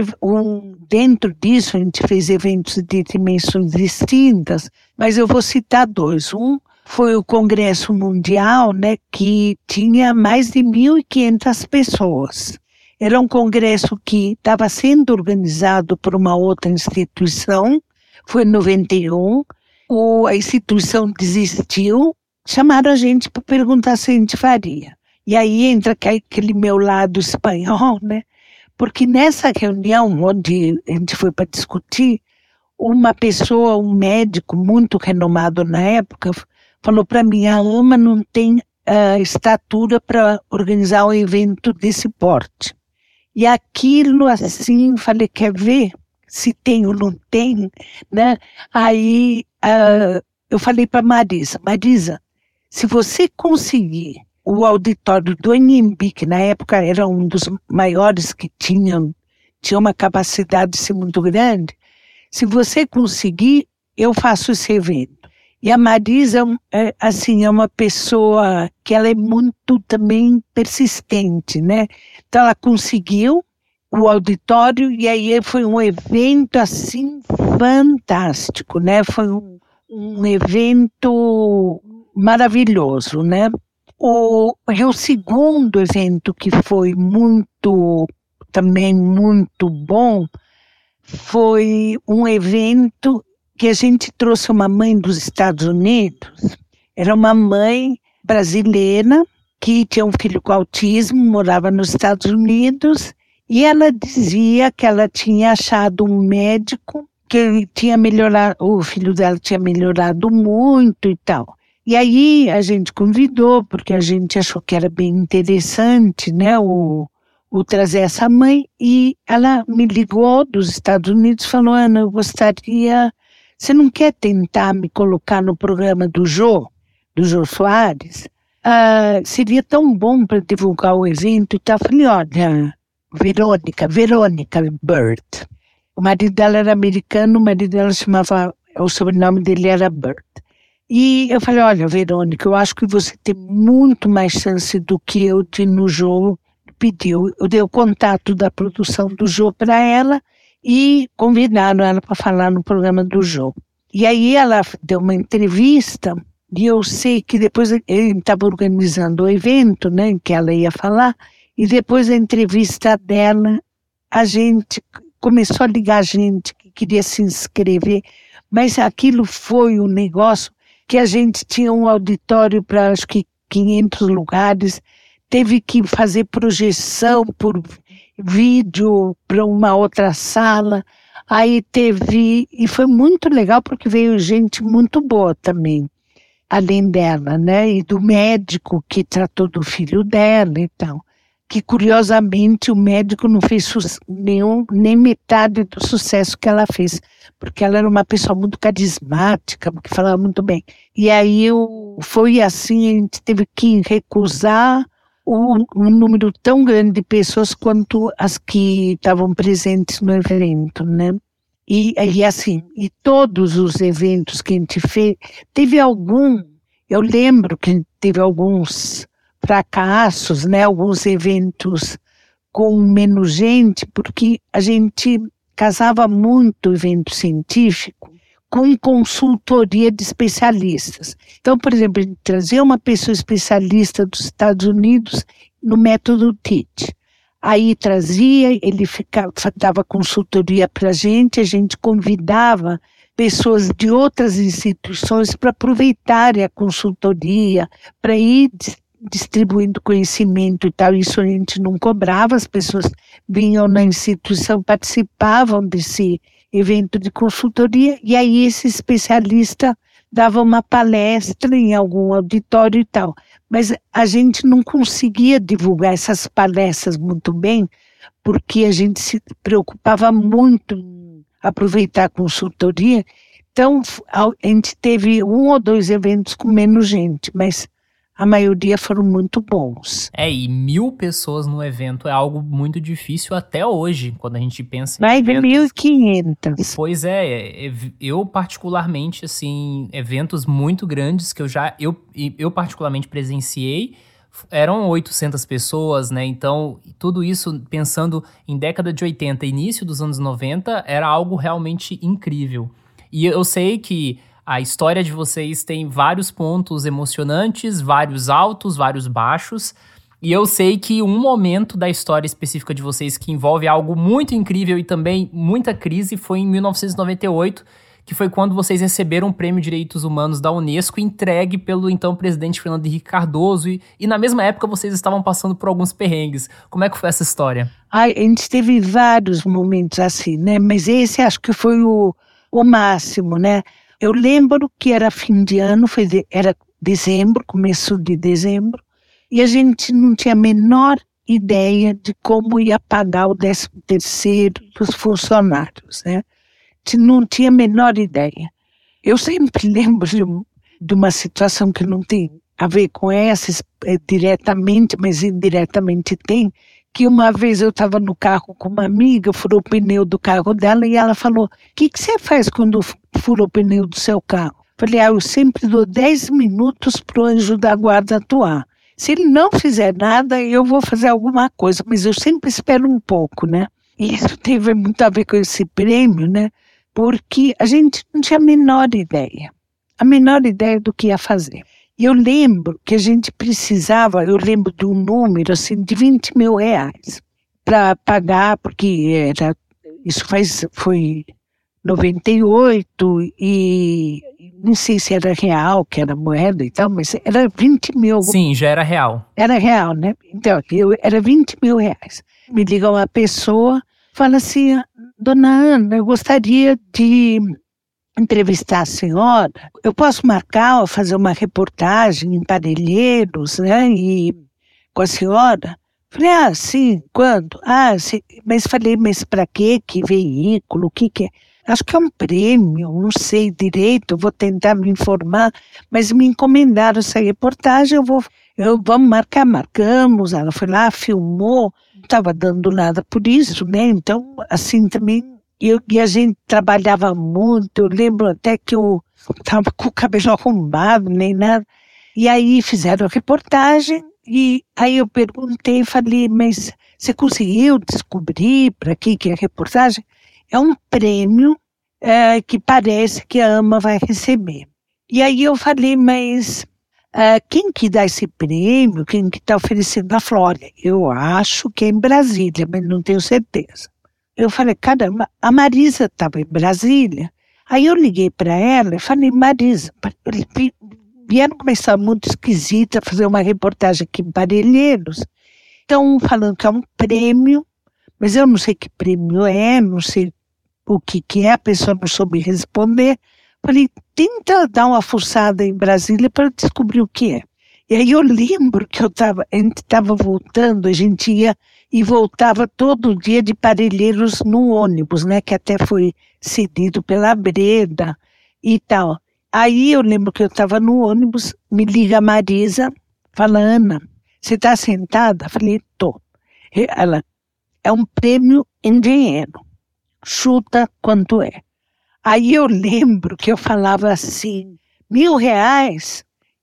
dentro disso a gente fez eventos de dimensões distintas, mas eu vou citar 2. Um foi o Congresso Mundial, né, que tinha mais de 1.500 pessoas. Era um congresso que estava sendo organizado por uma outra instituição, foi em 91, a instituição desistiu, chamaram a gente para perguntar se a gente faria. E aí entra aquele meu lado espanhol, né? Porque nessa reunião, onde a gente foi para discutir, uma pessoa, um médico muito renomado na época, falou para mim: a AMA não tem estatura para organizar um evento desse porte. E aquilo assim, falei, quer ver se tem ou não tem, né? Aí eu falei para Marisa, se você conseguir o auditório do Anhembi, que na época era um dos maiores que tinha uma capacidade assim, muito grande, se você conseguir, eu faço esse evento. E a Marisa é uma pessoa que ela é muito também persistente, né? Então ela conseguiu o auditório e aí foi um evento assim fantástico, né? Foi um evento maravilhoso, né? O segundo evento que foi também muito bom foi um evento que a gente trouxe uma mãe dos Estados Unidos. Era uma mãe brasileira que tinha um filho com autismo, morava nos Estados Unidos, e ela dizia que ela tinha achado um médico que tinha melhorado, o filho dela tinha melhorado muito e tal. E aí a gente convidou, porque a gente achou que era bem interessante, né, o trazer essa mãe, e ela me ligou dos Estados Unidos e falou: Ana, eu gostaria, você não quer tentar me colocar no programa do Jô Soares? Seria tão bom para divulgar o evento e tal. Eu falei: olha, Verônica Bird. O marido dela era americano, o marido dela o sobrenome dele era Bird. E eu falei: olha, Verônica, eu acho que você tem muito mais chance do que eu de ir no Jô. Pediu, eu dei o contato da produção do Jô para ela e convidaram ela para falar no programa do Jô. E aí ela deu uma entrevista e eu sei que depois ele estava organizando o evento, né, em que ela ia falar, e depois da entrevista dela, a gente começou a ligar gente que queria se inscrever, mas aquilo foi um negócio que a gente tinha um auditório para acho que 500 lugares, teve que fazer projeção por vídeo para uma outra sala, aí e foi muito legal porque veio gente muito boa também, além dela, né, e do médico que tratou do filho dela e tal, que curiosamente o médico não fez nem metade do sucesso que ela fez, porque ela era uma pessoa muito carismática, que falava muito bem, e aí foi assim, a gente teve que recusar um número tão grande de pessoas quanto as que estavam presentes no evento, né? E assim, e todos os eventos que a gente fez, teve algum, Eu lembro que teve alguns fracassos, né? Alguns eventos com menos gente, porque a gente casava muito evento científico com consultoria de especialistas. Então, por exemplo, a gente trazia uma pessoa especialista dos Estados Unidos no método TEACH. Aí trazia, ele dava consultoria para a gente convidava pessoas de outras instituições para aproveitarem a consultoria, para ir distribuindo conhecimento e tal. Isso a gente não cobrava, as pessoas vinham na instituição, participavam desse evento de consultoria, e aí esse especialista dava uma palestra em algum auditório e tal. Mas a gente não conseguia divulgar essas palestras muito bem, porque a gente se preocupava muito em aproveitar a consultoria. Então, a gente teve 1 ou 2 eventos com menos gente, mas a maioria foram muito bons. E 1.000 pessoas no evento é algo muito difícil até hoje, quando a gente pensa em eventos. 1.500. Pois eu particularmente, assim, eventos muito grandes que eu particularmente presenciei, eram 800 pessoas, né? Então, tudo isso pensando em década de 80, início dos anos 90, era algo realmente incrível. E eu sei que a história de vocês tem vários pontos emocionantes, vários altos, vários baixos. E eu sei que um momento da história específica de vocês que envolve algo muito incrível e também muita crise foi em 1998, que foi quando vocês receberam o Prêmio de Direitos Humanos da Unesco, entregue pelo então presidente Fernando Henrique Cardoso. E na mesma época vocês estavam passando por alguns perrengues. Como é que foi essa história? A gente teve vários momentos assim, né? Mas esse acho que foi o máximo, né? Eu lembro que era fim de ano, era dezembro, começo de dezembro, e a gente não tinha a menor ideia de como ia pagar o 13º dos funcionários, né? A gente não tinha a menor ideia. Eu sempre lembro de uma situação que não tem a ver com essa diretamente, mas indiretamente tem, que uma vez eu estava no carro com uma amiga, furou o pneu do carro dela e ela falou: o que você faz quando fura o pneu do seu carro? Falei: eu sempre dou 10 minutos para o anjo da guarda atuar. Se ele não fizer nada, eu vou fazer alguma coisa, mas eu sempre espero um pouco, né? E isso teve muito a ver com esse prêmio, né? Porque a gente não tinha a menor ideia do que ia fazer. E eu lembro que a gente precisava, eu lembro de um número assim de 20 mil reais para pagar, porque foi 98 e não sei se era real, que era moeda e tal, mas era 20 mil. Sim, já era real. Era real, né? Então, era 20 mil reais. Me liga uma pessoa, fala assim: dona Ana, eu gostaria de entrevistar a senhora, eu posso marcar, fazer uma reportagem em Parelheiros, né, e com a senhora? Falei: sim, quando? Sim. Mas falei: mas para quê? Que veículo? O que é? Acho que é um prêmio, não sei direito, vou tentar me informar, mas me encomendaram essa reportagem, vamos marcar, marcamos, ela foi lá, filmou, não estava dando nada por isso, né, então assim também. E a gente trabalhava muito, eu lembro até que eu estava com o cabelo arrumado, nem nada. E aí fizeram a reportagem, e aí eu perguntei, falei: mas você conseguiu descobrir para que é a reportagem? É um prêmio que parece que a AMA vai receber. E aí eu falei: mas quem que dá esse prêmio? Quem que está oferecendo? Ela falou: olha, eu acho que é em Brasília, mas não tenho certeza. Eu falei: caramba, a Marisa estava em Brasília. Aí eu liguei para ela e falei: Marisa, vieram começar muito esquisita a fazer uma reportagem aqui em Parelheiros. Estão falando que é um prêmio, mas eu não sei que prêmio é, não sei o que é, a pessoa não soube responder. Falei: tenta dar uma forçada em Brasília para descobrir o que é. E aí eu lembro que a gente estava voltando, a gente ia e voltava todo dia de Parelheiros no ônibus, né, que até foi cedido pela Breda e tal. Aí eu lembro que eu estava no ônibus, me liga a Marisa, fala: Ana, você está sentada? Falei: tô. Ela: é um prêmio em dinheiro, chuta quanto é. Aí eu lembro que eu falava assim: 1.000 reais?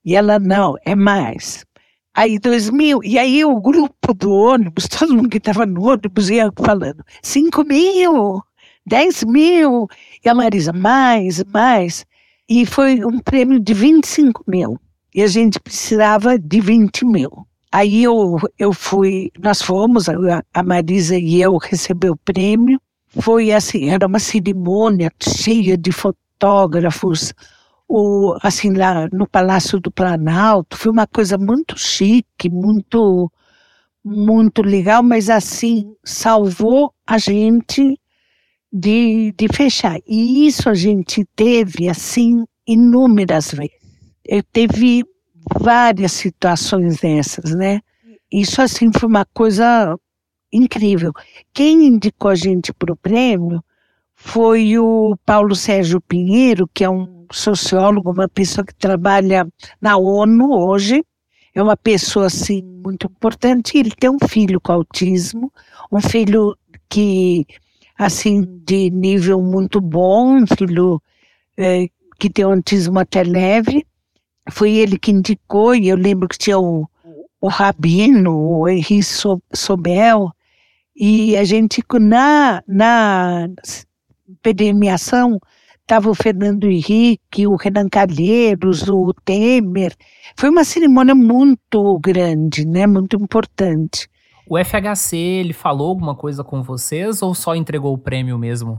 E ela, não, é mais. Aí 2000, e aí o grupo do ônibus, todo mundo que estava no ônibus ia falando, 5.000, 10.000, e a Marisa, mais. E foi um prêmio de 25.000, e a gente precisava de 20.000. Aí eu fui, nós fomos, a Marisa e eu receber o prêmio, foi assim, era uma cerimônia cheia de fotógrafos, assim, lá no Palácio do Planalto, foi uma coisa muito chique, muito, muito legal, mas assim, salvou a gente de fechar. E isso a gente teve, assim, inúmeras vezes. Teve várias situações dessas, né? Isso, assim, foi uma coisa incrível. Quem indicou a gente para o prêmio foi o Paulo Sérgio Pinheiro, que é um sociólogo, uma pessoa que trabalha na ONU hoje, é uma pessoa assim muito importante. Ele tem um filho com autismo, um filho que assim de nível muito bom, um filho que tem autismo até leve. Foi ele que indicou, e eu lembro que tinha o Rabino, o Henri Sobel, e a gente na premiação estava o Fernando Henrique, o Renan Calheiros, o Temer. Foi uma cerimônia muito grande, né? Muito importante. O FHC, ele falou alguma coisa com vocês ou só entregou o prêmio mesmo?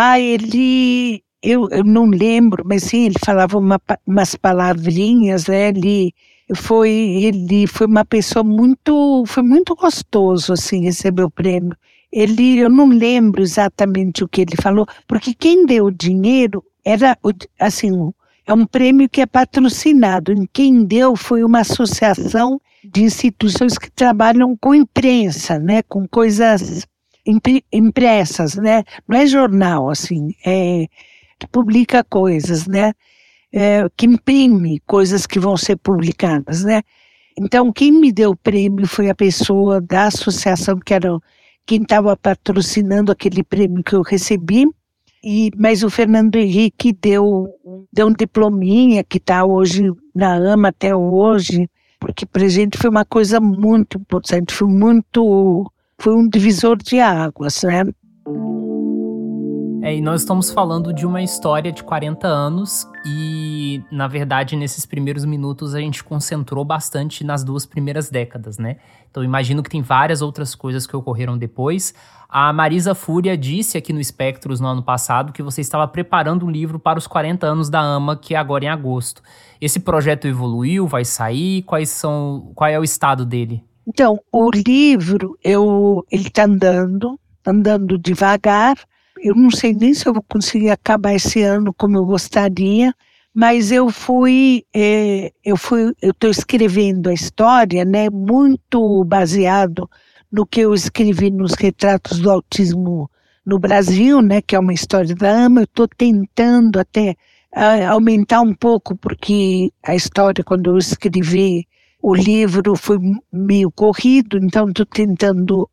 Eu não lembro, mas sim, ele falava umas palavrinhas, né? Ele foi uma pessoa foi muito gostoso, assim, receber o prêmio. Eu não lembro exatamente o que ele falou, porque quem deu o dinheiro era, assim, é um prêmio que é patrocinado. E quem deu foi uma associação de instituições que trabalham com imprensa, né, com coisas impressas, né, não é jornal, assim, que publica coisas, né, que imprime coisas que vão ser publicadas, né. Então, quem me deu o prêmio foi a pessoa da associação que era quem estava patrocinando aquele prêmio que eu recebi, mas o Fernando Henrique deu um diplominha que está hoje na AMA até hoje, porque para a gente foi uma coisa muito importante, foi um divisor de águas, né? E nós estamos falando de uma história de 40 anos e, na verdade, nesses primeiros minutos a gente concentrou bastante nas 2 primeiras décadas, né? Então, imagino que tem várias outras coisas que ocorreram depois. A Marisa Fúria disse aqui no Espectros no ano passado que você estava preparando um livro para os 40 anos da AMA, que é agora em agosto. Esse projeto evoluiu, vai sair? Qual é o estado dele? Então, o livro, ele está andando devagar. Eu não sei nem se eu vou conseguir acabar esse ano como eu gostaria, mas eu estou escrevendo a história, né, muito baseado no que eu escrevi nos retratos do autismo no Brasil, né, que é uma história da AMA. Eu estou tentando até aumentar um pouco, porque a história, quando eu escrevi o livro, foi meio corrido, então estou tentando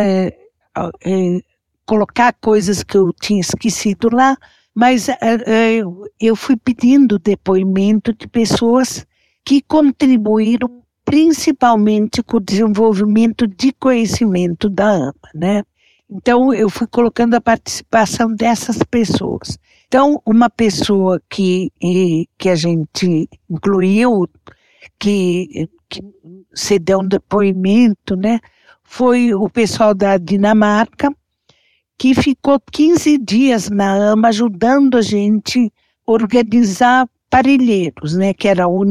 colocar coisas que eu tinha esquecido lá, mas eu fui pedindo depoimento de pessoas que contribuíram principalmente com o desenvolvimento de conhecimento da AMA, né? Então, eu fui colocando a participação dessas pessoas. Então, uma pessoa que a gente incluiu, que se deu um depoimento, né, foi o pessoal da Dinamarca, que ficou 15 dias na AMA ajudando a gente a organizar parelheiros, né, que era o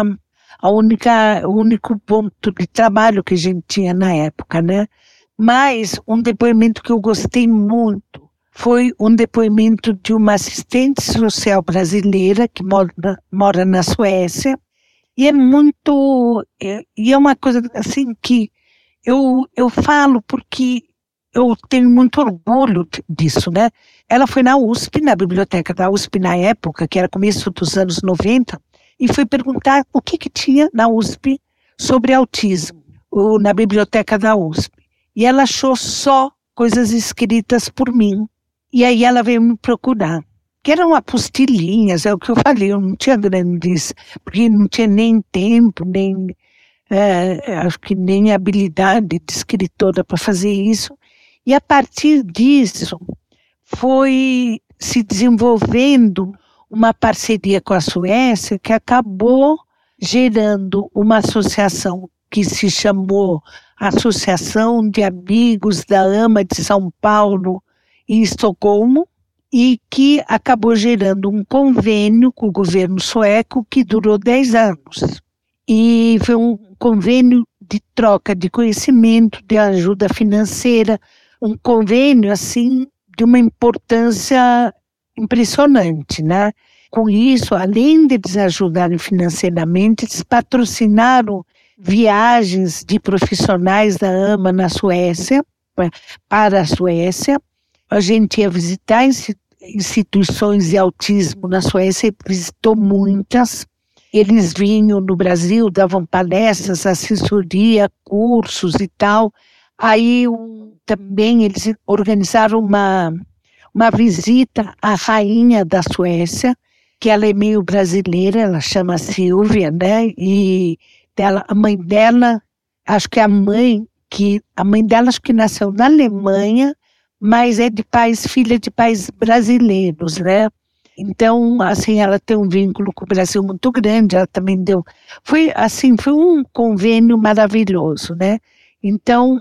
único ponto de trabalho que a gente tinha na época, né. Mas um depoimento que eu gostei muito foi um depoimento de uma assistente social brasileira que mora na Suécia, e é uma coisa assim que eu falo porque eu tenho muito orgulho disso, né? Ela foi na USP, na biblioteca da USP na época, que era começo dos anos 90, e foi perguntar o que tinha na USP sobre autismo, na biblioteca da USP. E ela achou só coisas escritas por mim. E aí ela veio me procurar. que eram apostilinhas, é o que eu falei, eu não tinha grandes, porque não tinha nem tempo, nem, acho que nem habilidade de escritora para fazer isso. E a partir disso foi se desenvolvendo uma parceria com a Suécia que acabou gerando uma associação que se chamou Associação de Amigos da AMA de São Paulo em Estocolmo, e que acabou gerando um convênio com o governo sueco que durou 10 anos. E foi um convênio de troca de conhecimento, de ajuda financeira, um convênio assim de uma importância impressionante, né? Com isso, além de eles ajudarem financeiramente, eles patrocinaram viagens de profissionais da AMA na Suécia, para a Suécia. A gente ia visitar instituições de autismo na Suécia, visitou muitas. Eles vinham no Brasil, davam palestras, assessoria, cursos e tal. Aí também eles organizaram uma visita à rainha da Suécia, que ela é meio brasileira, ela chama Silvia, né? E a mãe dela, acho que a mãe dela acho que nasceu na Alemanha, mas é filha de pais brasileiros, né? Então, assim, ela tem um vínculo com o Brasil muito grande, ela também foi um convênio maravilhoso, né? Então,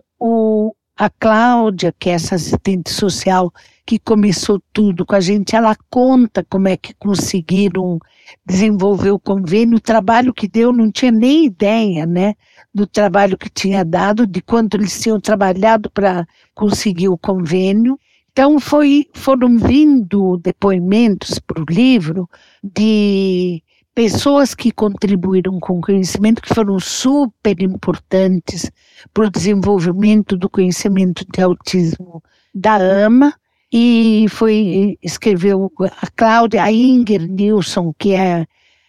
a Cláudia, que é essa assistente social que começou tudo com a gente, ela conta como é que conseguiram desenvolver o convênio, o trabalho que deu, não tinha nem ideia, né, do trabalho que tinha dado, de quanto eles tinham trabalhado para conseguir o convênio. Então foram vindo depoimentos para o livro de pessoas que contribuíram com conhecimento, que foram super importantes para o desenvolvimento do conhecimento de autismo da AMA, e escreveu a Cláudia, a Inger Nilsson, que é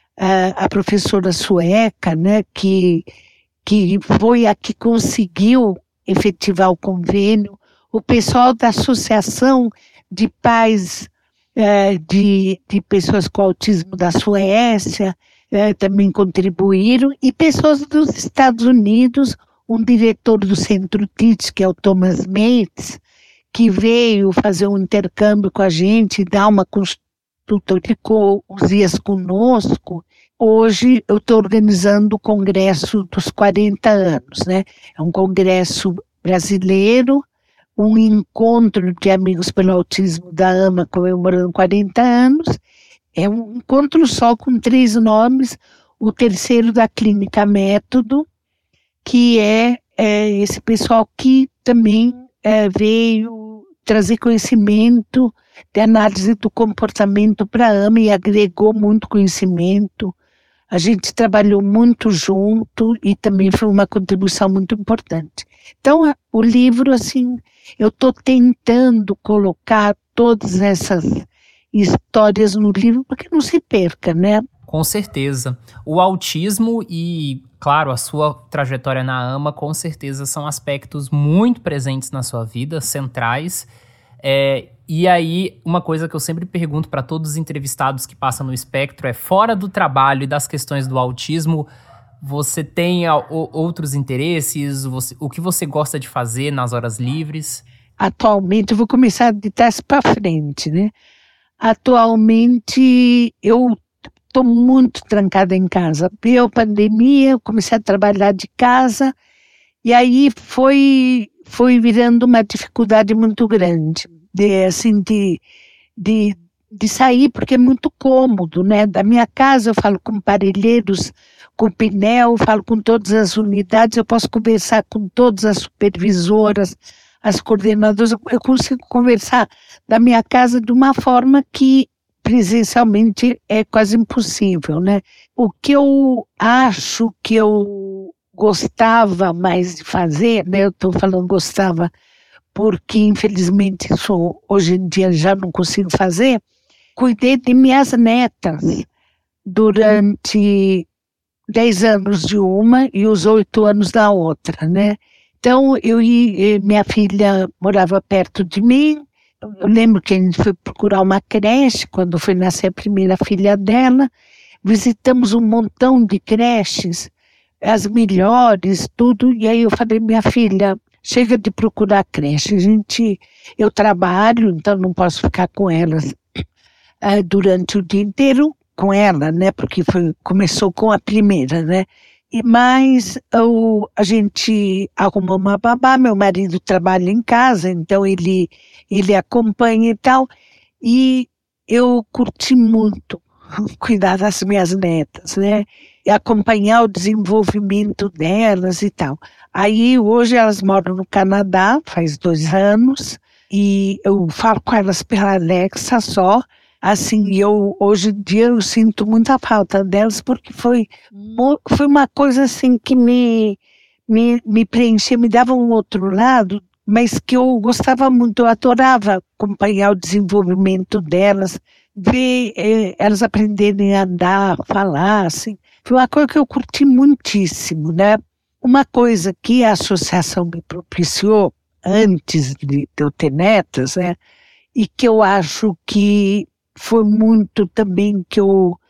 a professora sueca, né, que foi a que conseguiu efetivar o convênio, o pessoal da Associação de Pais de pessoas com autismo da Suécia também contribuíram, e pessoas dos Estados Unidos, um diretor do Centro TITS, que é o Thomas Mates, que veio fazer um intercâmbio com a gente, dar uma consultoria, ficou uns dias conosco. Hoje eu estou organizando o Congresso dos 40 anos, né? É um congresso brasileiro, um encontro de amigos pelo autismo da AMA comemorando 40 anos. É um encontro só com 3 nomes, o terceiro da Clínica Método, que é esse pessoal que também veio trazer conhecimento de análise do comportamento para a AMA e agregou muito conhecimento. A gente trabalhou muito junto e também foi uma contribuição muito importante. Então, o livro, assim, eu estou tentando colocar todas essas histórias no livro para que não se perca, né? Com certeza. O autismo e, claro, a sua trajetória na AMA, com certeza, são aspectos muito presentes na sua vida, centrais. E aí, uma coisa que eu sempre pergunto para todos os entrevistados que passam no espectro é, fora do trabalho e das questões do autismo, você tem outros interesses? O que você gosta de fazer nas horas livres? Atualmente, eu vou começar de trás para frente, né? Atualmente, eu estou muito trancada em casa. Veio a pandemia, eu comecei a trabalhar de casa, e aí foi virando uma dificuldade muito grande de sair, porque é muito cômodo, né? Da minha casa eu falo com parelheiros, com pneu, falo com todas as unidades, eu posso conversar com todas as supervisoras, as coordenadoras, eu consigo conversar da minha casa de uma forma que presencialmente é quase impossível, né? O que eu acho que eu gostava mais de fazer, né? Eu estou falando gostava porque infelizmente isso hoje em dia já não consigo fazer, cuidei de minhas netas durante 10 anos de uma e os 8 anos da outra, né? Então minha filha morava perto de mim, Eu lembro que a gente foi procurar uma creche quando foi nascer a primeira filha dela. Visitamos um montão de creches, as melhores, tudo. E aí eu falei, minha filha, chega de procurar creche. Eu trabalho, então não posso ficar com elas durante o dia inteiro com ela, né? Porque começou com a primeira, né? Mas a gente arrumou uma babá, meu marido trabalha em casa, então ele acompanha e tal. E eu curti muito cuidar das minhas netas, né? E acompanhar o desenvolvimento delas e tal. Aí hoje elas moram no Canadá, faz 2 anos, e eu falo com elas pela Alexa só. Assim, hoje em dia eu sinto muita falta delas, porque foi uma coisa assim que me preenchia, me dava um outro lado, mas que eu gostava muito, eu adorava acompanhar o desenvolvimento delas, ver elas aprenderem a andar, falar, assim. Foi uma coisa que eu curti muitíssimo, né? Uma coisa que a associação me propiciou antes de eu ter netas, né? E que eu acho que foi muito também que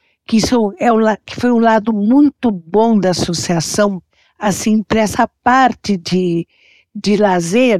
foi um lado muito bom da associação, assim, para essa parte de lazer,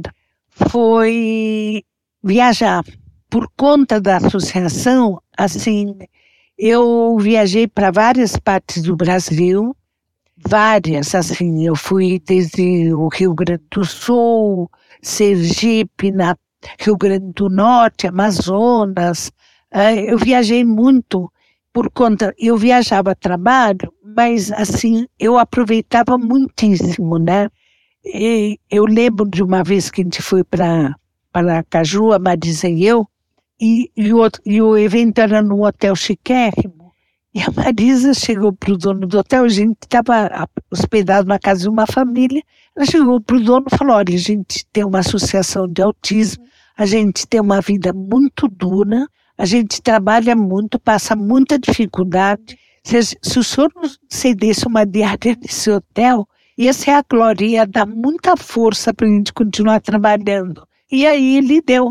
foi viajar. Por conta da associação, assim, eu viajei para várias partes do Brasil, várias, assim, eu fui desde o Rio Grande do Sul, Sergipe, Rio Grande do Norte, Amazonas. Eu viajei muito eu viajava a trabalho, mas assim, eu aproveitava muitíssimo, né? E eu lembro de uma vez que a gente foi para Caju, a Marisa e eu, e o evento era no Hotel Chiquérrimo, e a Marisa chegou para o dono do hotel, a gente estava hospedado na casa de uma família, ela chegou para o dono e falou, olha, a gente tem uma associação de autismo, a gente tem uma vida muito dura, a gente trabalha muito, passa muita dificuldade. Se o senhor nos cedesse uma diária nesse hotel, ia ser a glória, ia dar muita força para a gente continuar trabalhando. E aí ele deu.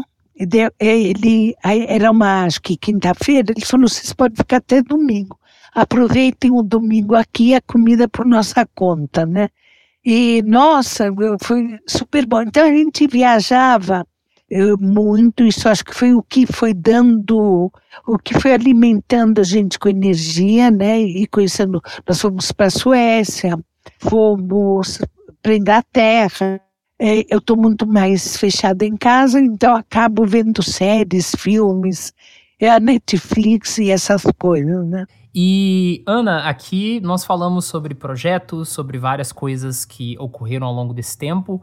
Aí era acho que quinta-feira, ele falou, vocês podem ficar até domingo. Aproveitem o domingo aqui, a comida por nossa conta, né? E, nossa, foi super bom. Então a gente viajava muito, isso acho que foi o que foi alimentando a gente com energia, né? E conhecendo, nós fomos para a Suécia, fomos para a Inglaterra. Eu estou muito mais fechada em casa, então acabo vendo séries, filmes, a Netflix e essas coisas, né? E, Ana, aqui nós falamos sobre projetos, sobre várias coisas que ocorreram ao longo desse tempo.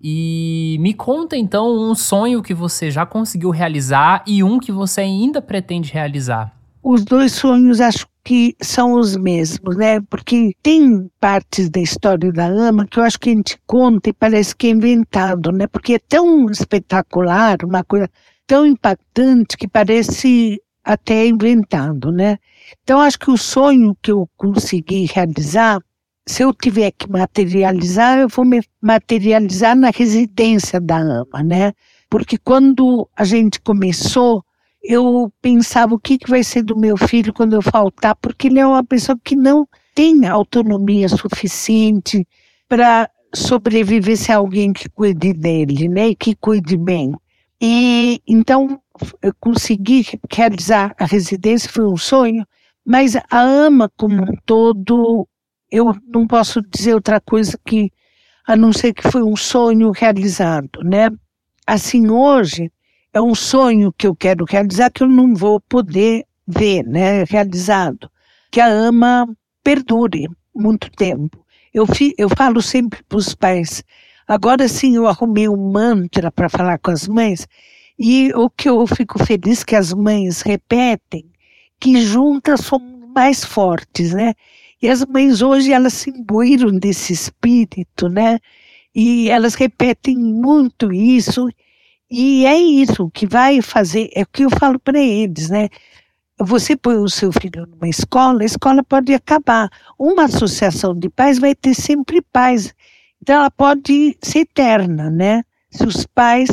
E me conta então um sonho que você já conseguiu realizar e um que você ainda pretende realizar. Os 2 sonhos acho que são os mesmos, né? Porque tem partes da história da AMA que eu acho que a gente conta e parece que é inventado, né? Porque é tão espetacular, uma coisa tão impactante que parece até inventado, né? Então acho que o sonho que eu consegui realizar, se eu tiver que materializar, eu vou me materializar na residência da AMA, né? Porque quando a gente começou, eu pensava o que vai ser do meu filho quando eu faltar, porque ele é uma pessoa que não tem autonomia suficiente para sobreviver se alguém que cuide dele, né? E que cuide bem. E então eu consegui realizar a residência, foi um sonho, mas a AMA como um todo, eu não posso dizer outra coisa a não ser que foi um sonho realizado, né? Assim, hoje, é um sonho que eu quero realizar que eu não vou poder ver, né? Realizado. Que a AMA perdure muito tempo. Eu falo sempre para os pais, agora sim eu arrumei um mantra para falar com as mães, e o que eu fico feliz que as mães repetem, que juntas somos mais fortes, né? E as mães hoje, elas se imbuíram desse espírito, né? E elas repetem muito isso, e é isso que vai fazer, é o que eu falo para eles, né? Você põe o seu filho numa escola, a escola pode acabar. Uma associação de pais vai ter sempre pais. Então ela pode ser eterna, né? Se os pais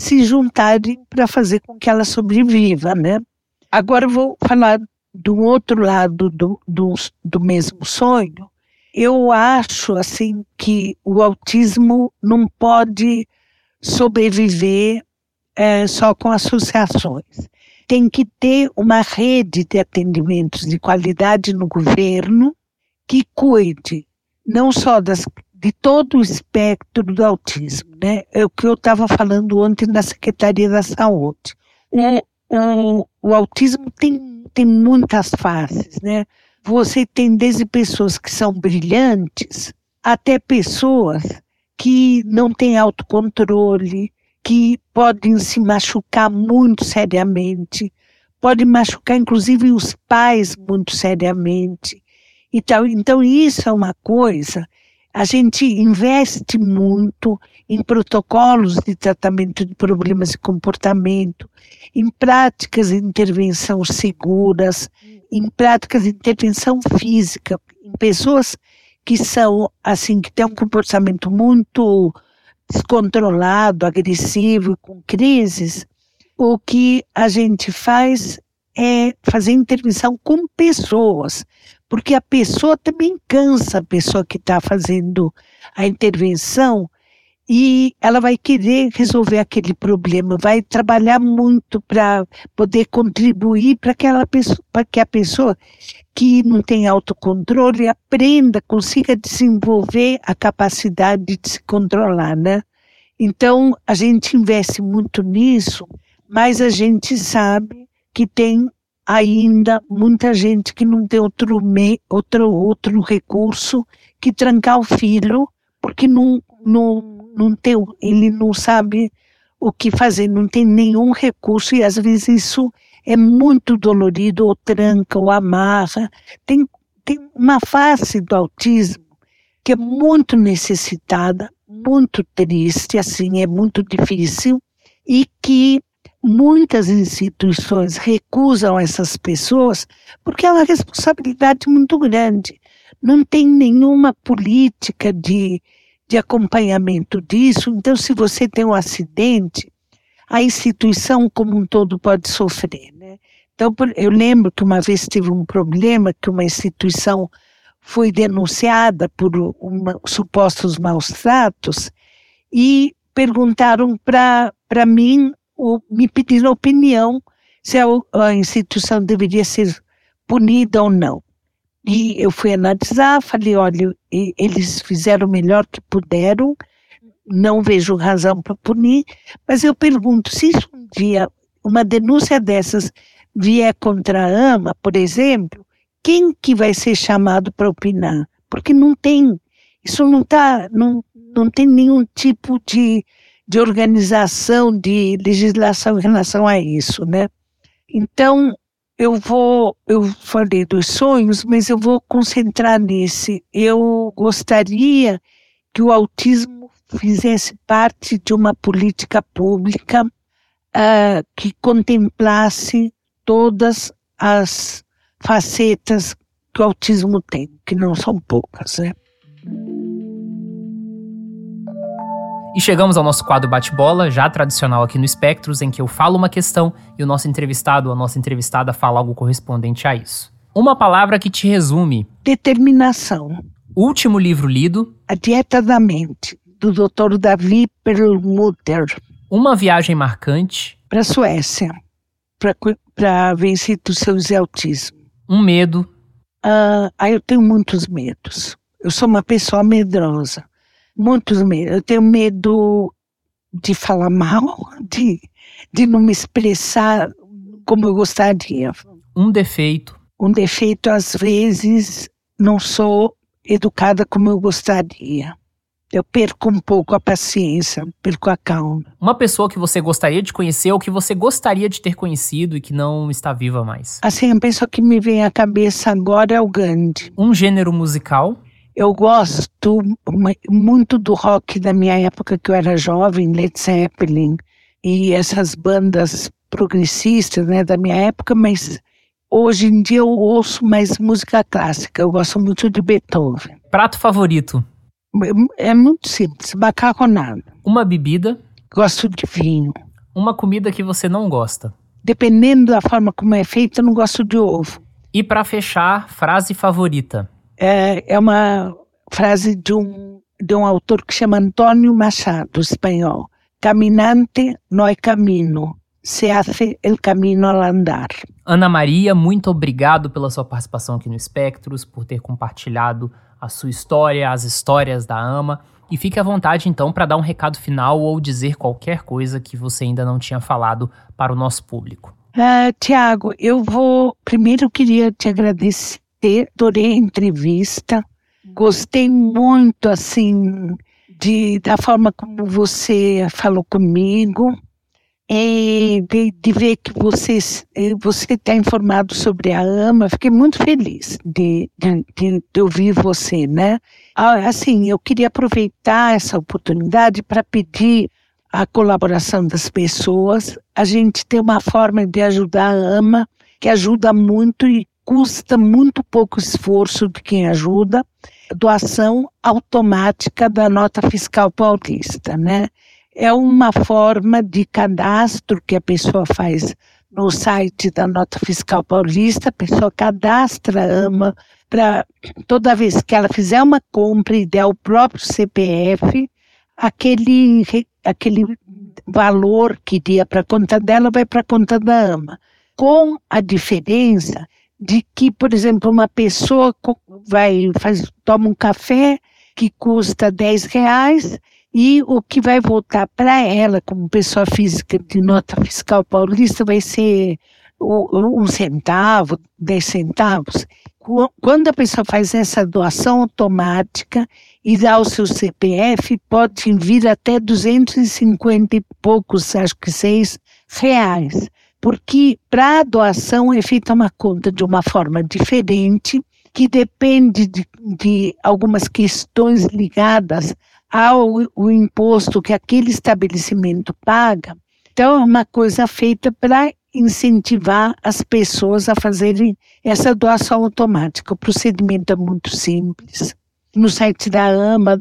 se juntarem para fazer com que ela sobreviva, né? Agora eu vou falar do outro lado do mesmo sonho. Eu acho assim que o autismo não pode sobreviver só com associações. Tem que ter uma rede de atendimentos de qualidade no governo que cuide não só de todo o espectro do autismo, né? É o que eu estava falando ontem na Secretaria da Saúde. O autismo tem muitas faces, né? Você tem desde pessoas que são brilhantes até pessoas que não têm autocontrole, que podem se machucar muito seriamente, podem machucar inclusive os pais muito seriamente. Então isso é uma coisa, a gente investe muito em protocolos de tratamento de problemas de comportamento, em práticas de intervenção seguras, em práticas de intervenção física, em pessoas que são, assim, que têm um comportamento muito descontrolado, agressivo, com crises. O que a gente faz é fazer intervenção com pessoas, porque a pessoa também cansa, a pessoa que está fazendo a intervenção, e ela vai querer resolver aquele problema, vai trabalhar muito para poder contribuir para que a pessoa que não tem autocontrole aprenda, consiga desenvolver a capacidade de se controlar, né? Então, a gente investe muito nisso, mas a gente sabe que tem ainda muita gente que não tem outro recurso que trancar o filho, porque ele não sabe o que fazer, não tem nenhum recurso, e às vezes isso é muito dolorido, ou tranca, ou amarra. Tem uma face do autismo que é muito necessitada, muito triste, assim, é muito difícil, e que muitas instituições recusam essas pessoas porque é uma responsabilidade muito grande. Não tem nenhuma política de acompanhamento disso. Então, se você tem um acidente, a instituição como um todo pode sofrer, né? Então, eu lembro que uma vez teve um problema que uma instituição foi denunciada por supostos maus tratos e perguntaram para mim, me pediram opinião se a instituição deveria ser punida ou não. E eu fui analisar, falei, olha, eles fizeram o melhor que puderam, não vejo razão para punir, mas eu pergunto, se um dia uma denúncia dessas vier contra a AMA, por exemplo, quem que vai ser chamado para opinar? Porque não tem, isso não tem nenhum tipo de organização, de legislação em relação a isso, né? Então, eu falei dos sonhos, mas eu vou concentrar nesse. Eu gostaria que o autismo fizesse parte de uma política pública que contemplasse todas as facetas que o autismo tem, que não são poucas, né? E chegamos ao nosso quadro bate-bola, já tradicional aqui no Espectros, em que eu falo uma questão e o nosso entrevistado ou a nossa entrevistada fala algo correspondente a isso. Uma palavra que te resume. Determinação. Último livro lido. A Dieta da Mente, do Dr. Davi Perlmutter. Uma viagem marcante. Para a Suécia, para vencer do seu autismo. Um medo. Eu tenho muitos medos. Eu sou uma pessoa medrosa. Muitos medos. Eu tenho medo de falar mal, de não me expressar como eu gostaria. Um defeito. Um defeito, às vezes, não sou educada como eu gostaria. Eu perco um pouco a paciência, perco a calma. Uma pessoa que você gostaria de conhecer ou que você gostaria de ter conhecido e que não está viva mais. Assim, a pessoa que me vem à cabeça agora é o Gandhi. Um gênero musical. Eu gosto muito do rock da minha época, que eu era jovem, Led Zeppelin, e essas bandas progressistas, né, da minha época, mas hoje em dia eu ouço mais música clássica, eu gosto muito de Beethoven. Prato favorito? É muito simples, macarronada. Uma bebida? Gosto de vinho. Uma comida que você não gosta. Dependendo da forma como é feita, eu não gosto de ovo. E para fechar, frase favorita. É uma frase de um autor que chama Antônio Machado, espanhol. Caminante no hay camino, se hace el camino al andar. Ana Maria, muito obrigado pela sua participação aqui no Espectros, por ter compartilhado a sua história, as histórias da AMA. E fique à vontade, então, para dar um recado final ou dizer qualquer coisa que você ainda não tinha falado para o nosso público. Tiago, primeiro eu queria te agradecer, adorei a entrevista, gostei muito, assim, da forma como você falou comigo, e de ver que você está informado sobre a AMA. Fiquei muito feliz de ouvir você, né? Assim, eu queria aproveitar essa oportunidade para pedir a colaboração das pessoas. A gente tem uma forma de ajudar a AMA que ajuda muito e custa muito pouco esforço de quem ajuda. Doação automática da nota fiscal paulista, né? É uma forma de cadastro que a pessoa faz no site da Nota Fiscal Paulista. A pessoa cadastra a AMA para toda vez que ela fizer uma compra e der o próprio CPF, aquele valor que iria para a conta dela vai para a conta da AMA. Com a diferença de que, por exemplo, uma pessoa toma um café que custa R$10, e o que vai voltar para ela, como pessoa física de nota fiscal paulista, vai ser 1 centavo, 10 centavos. Quando a pessoa faz essa doação automática e dá o seu CPF, pode vir até 250 e poucos, acho que R$6, porque para a doação é feita uma conta de uma forma diferente, que depende de algumas questões ligadas ao imposto que aquele estabelecimento paga. Então, é uma coisa feita para incentivar as pessoas a fazerem essa doação automática. O procedimento é muito simples. No site da AMA,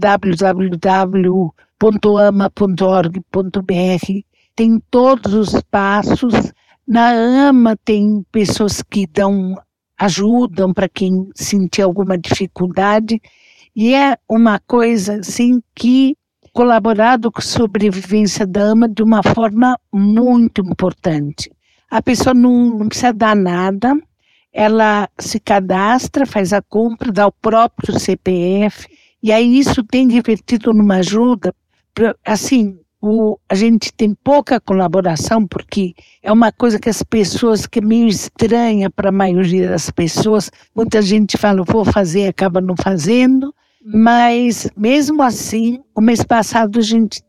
www.ama.org.br, tem todos os passos. Na AMA tem pessoas que ajudam para quem sentir alguma dificuldade. E é uma coisa assim que colaborado com a sobrevivência da AMA de uma forma muito importante. A pessoa não precisa dar nada, ela se cadastra, faz a compra, dá o próprio CPF, e aí isso tem revertido numa ajuda. Assim, a gente tem pouca colaboração, porque é uma coisa que as pessoas, que é meio estranha para a maioria das pessoas. Muita gente fala, vou fazer, acaba não fazendo, mas mesmo assim, o mês passado a gente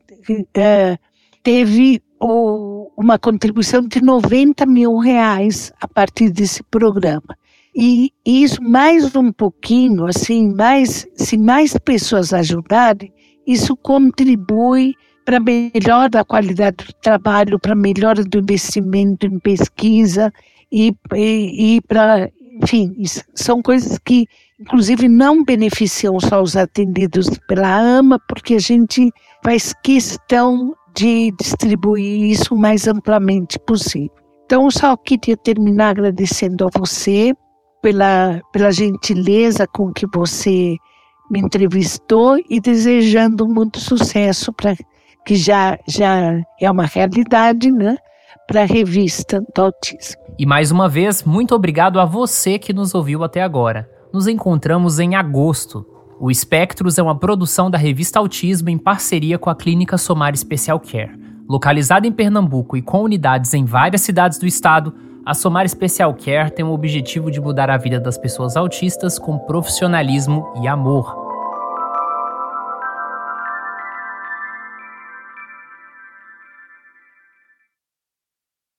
teve uma contribuição de R$90 mil a partir desse programa. E isso, mais um pouquinho, assim, se mais pessoas ajudarem, isso contribui para a melhora da qualidade do trabalho, para a melhora do investimento em pesquisa e para, enfim, são coisas que, inclusive, não beneficiam só os atendidos pela AMA, porque a gente faz questão de distribuir isso o mais amplamente possível. Então, eu só queria terminar agradecendo a você pela gentileza com que você me entrevistou e desejando muito sucesso para que já é uma realidade, né, para a revista do autismo. E mais uma vez, muito obrigado a você que nos ouviu até agora. Nos encontramos em agosto. O Espectros é uma produção da revista Autismo em parceria com a Clínica Somar Special Care. Localizada em Pernambuco e com unidades em várias cidades do estado, a Somar Special Care tem o objetivo de mudar a vida das pessoas autistas com profissionalismo e amor.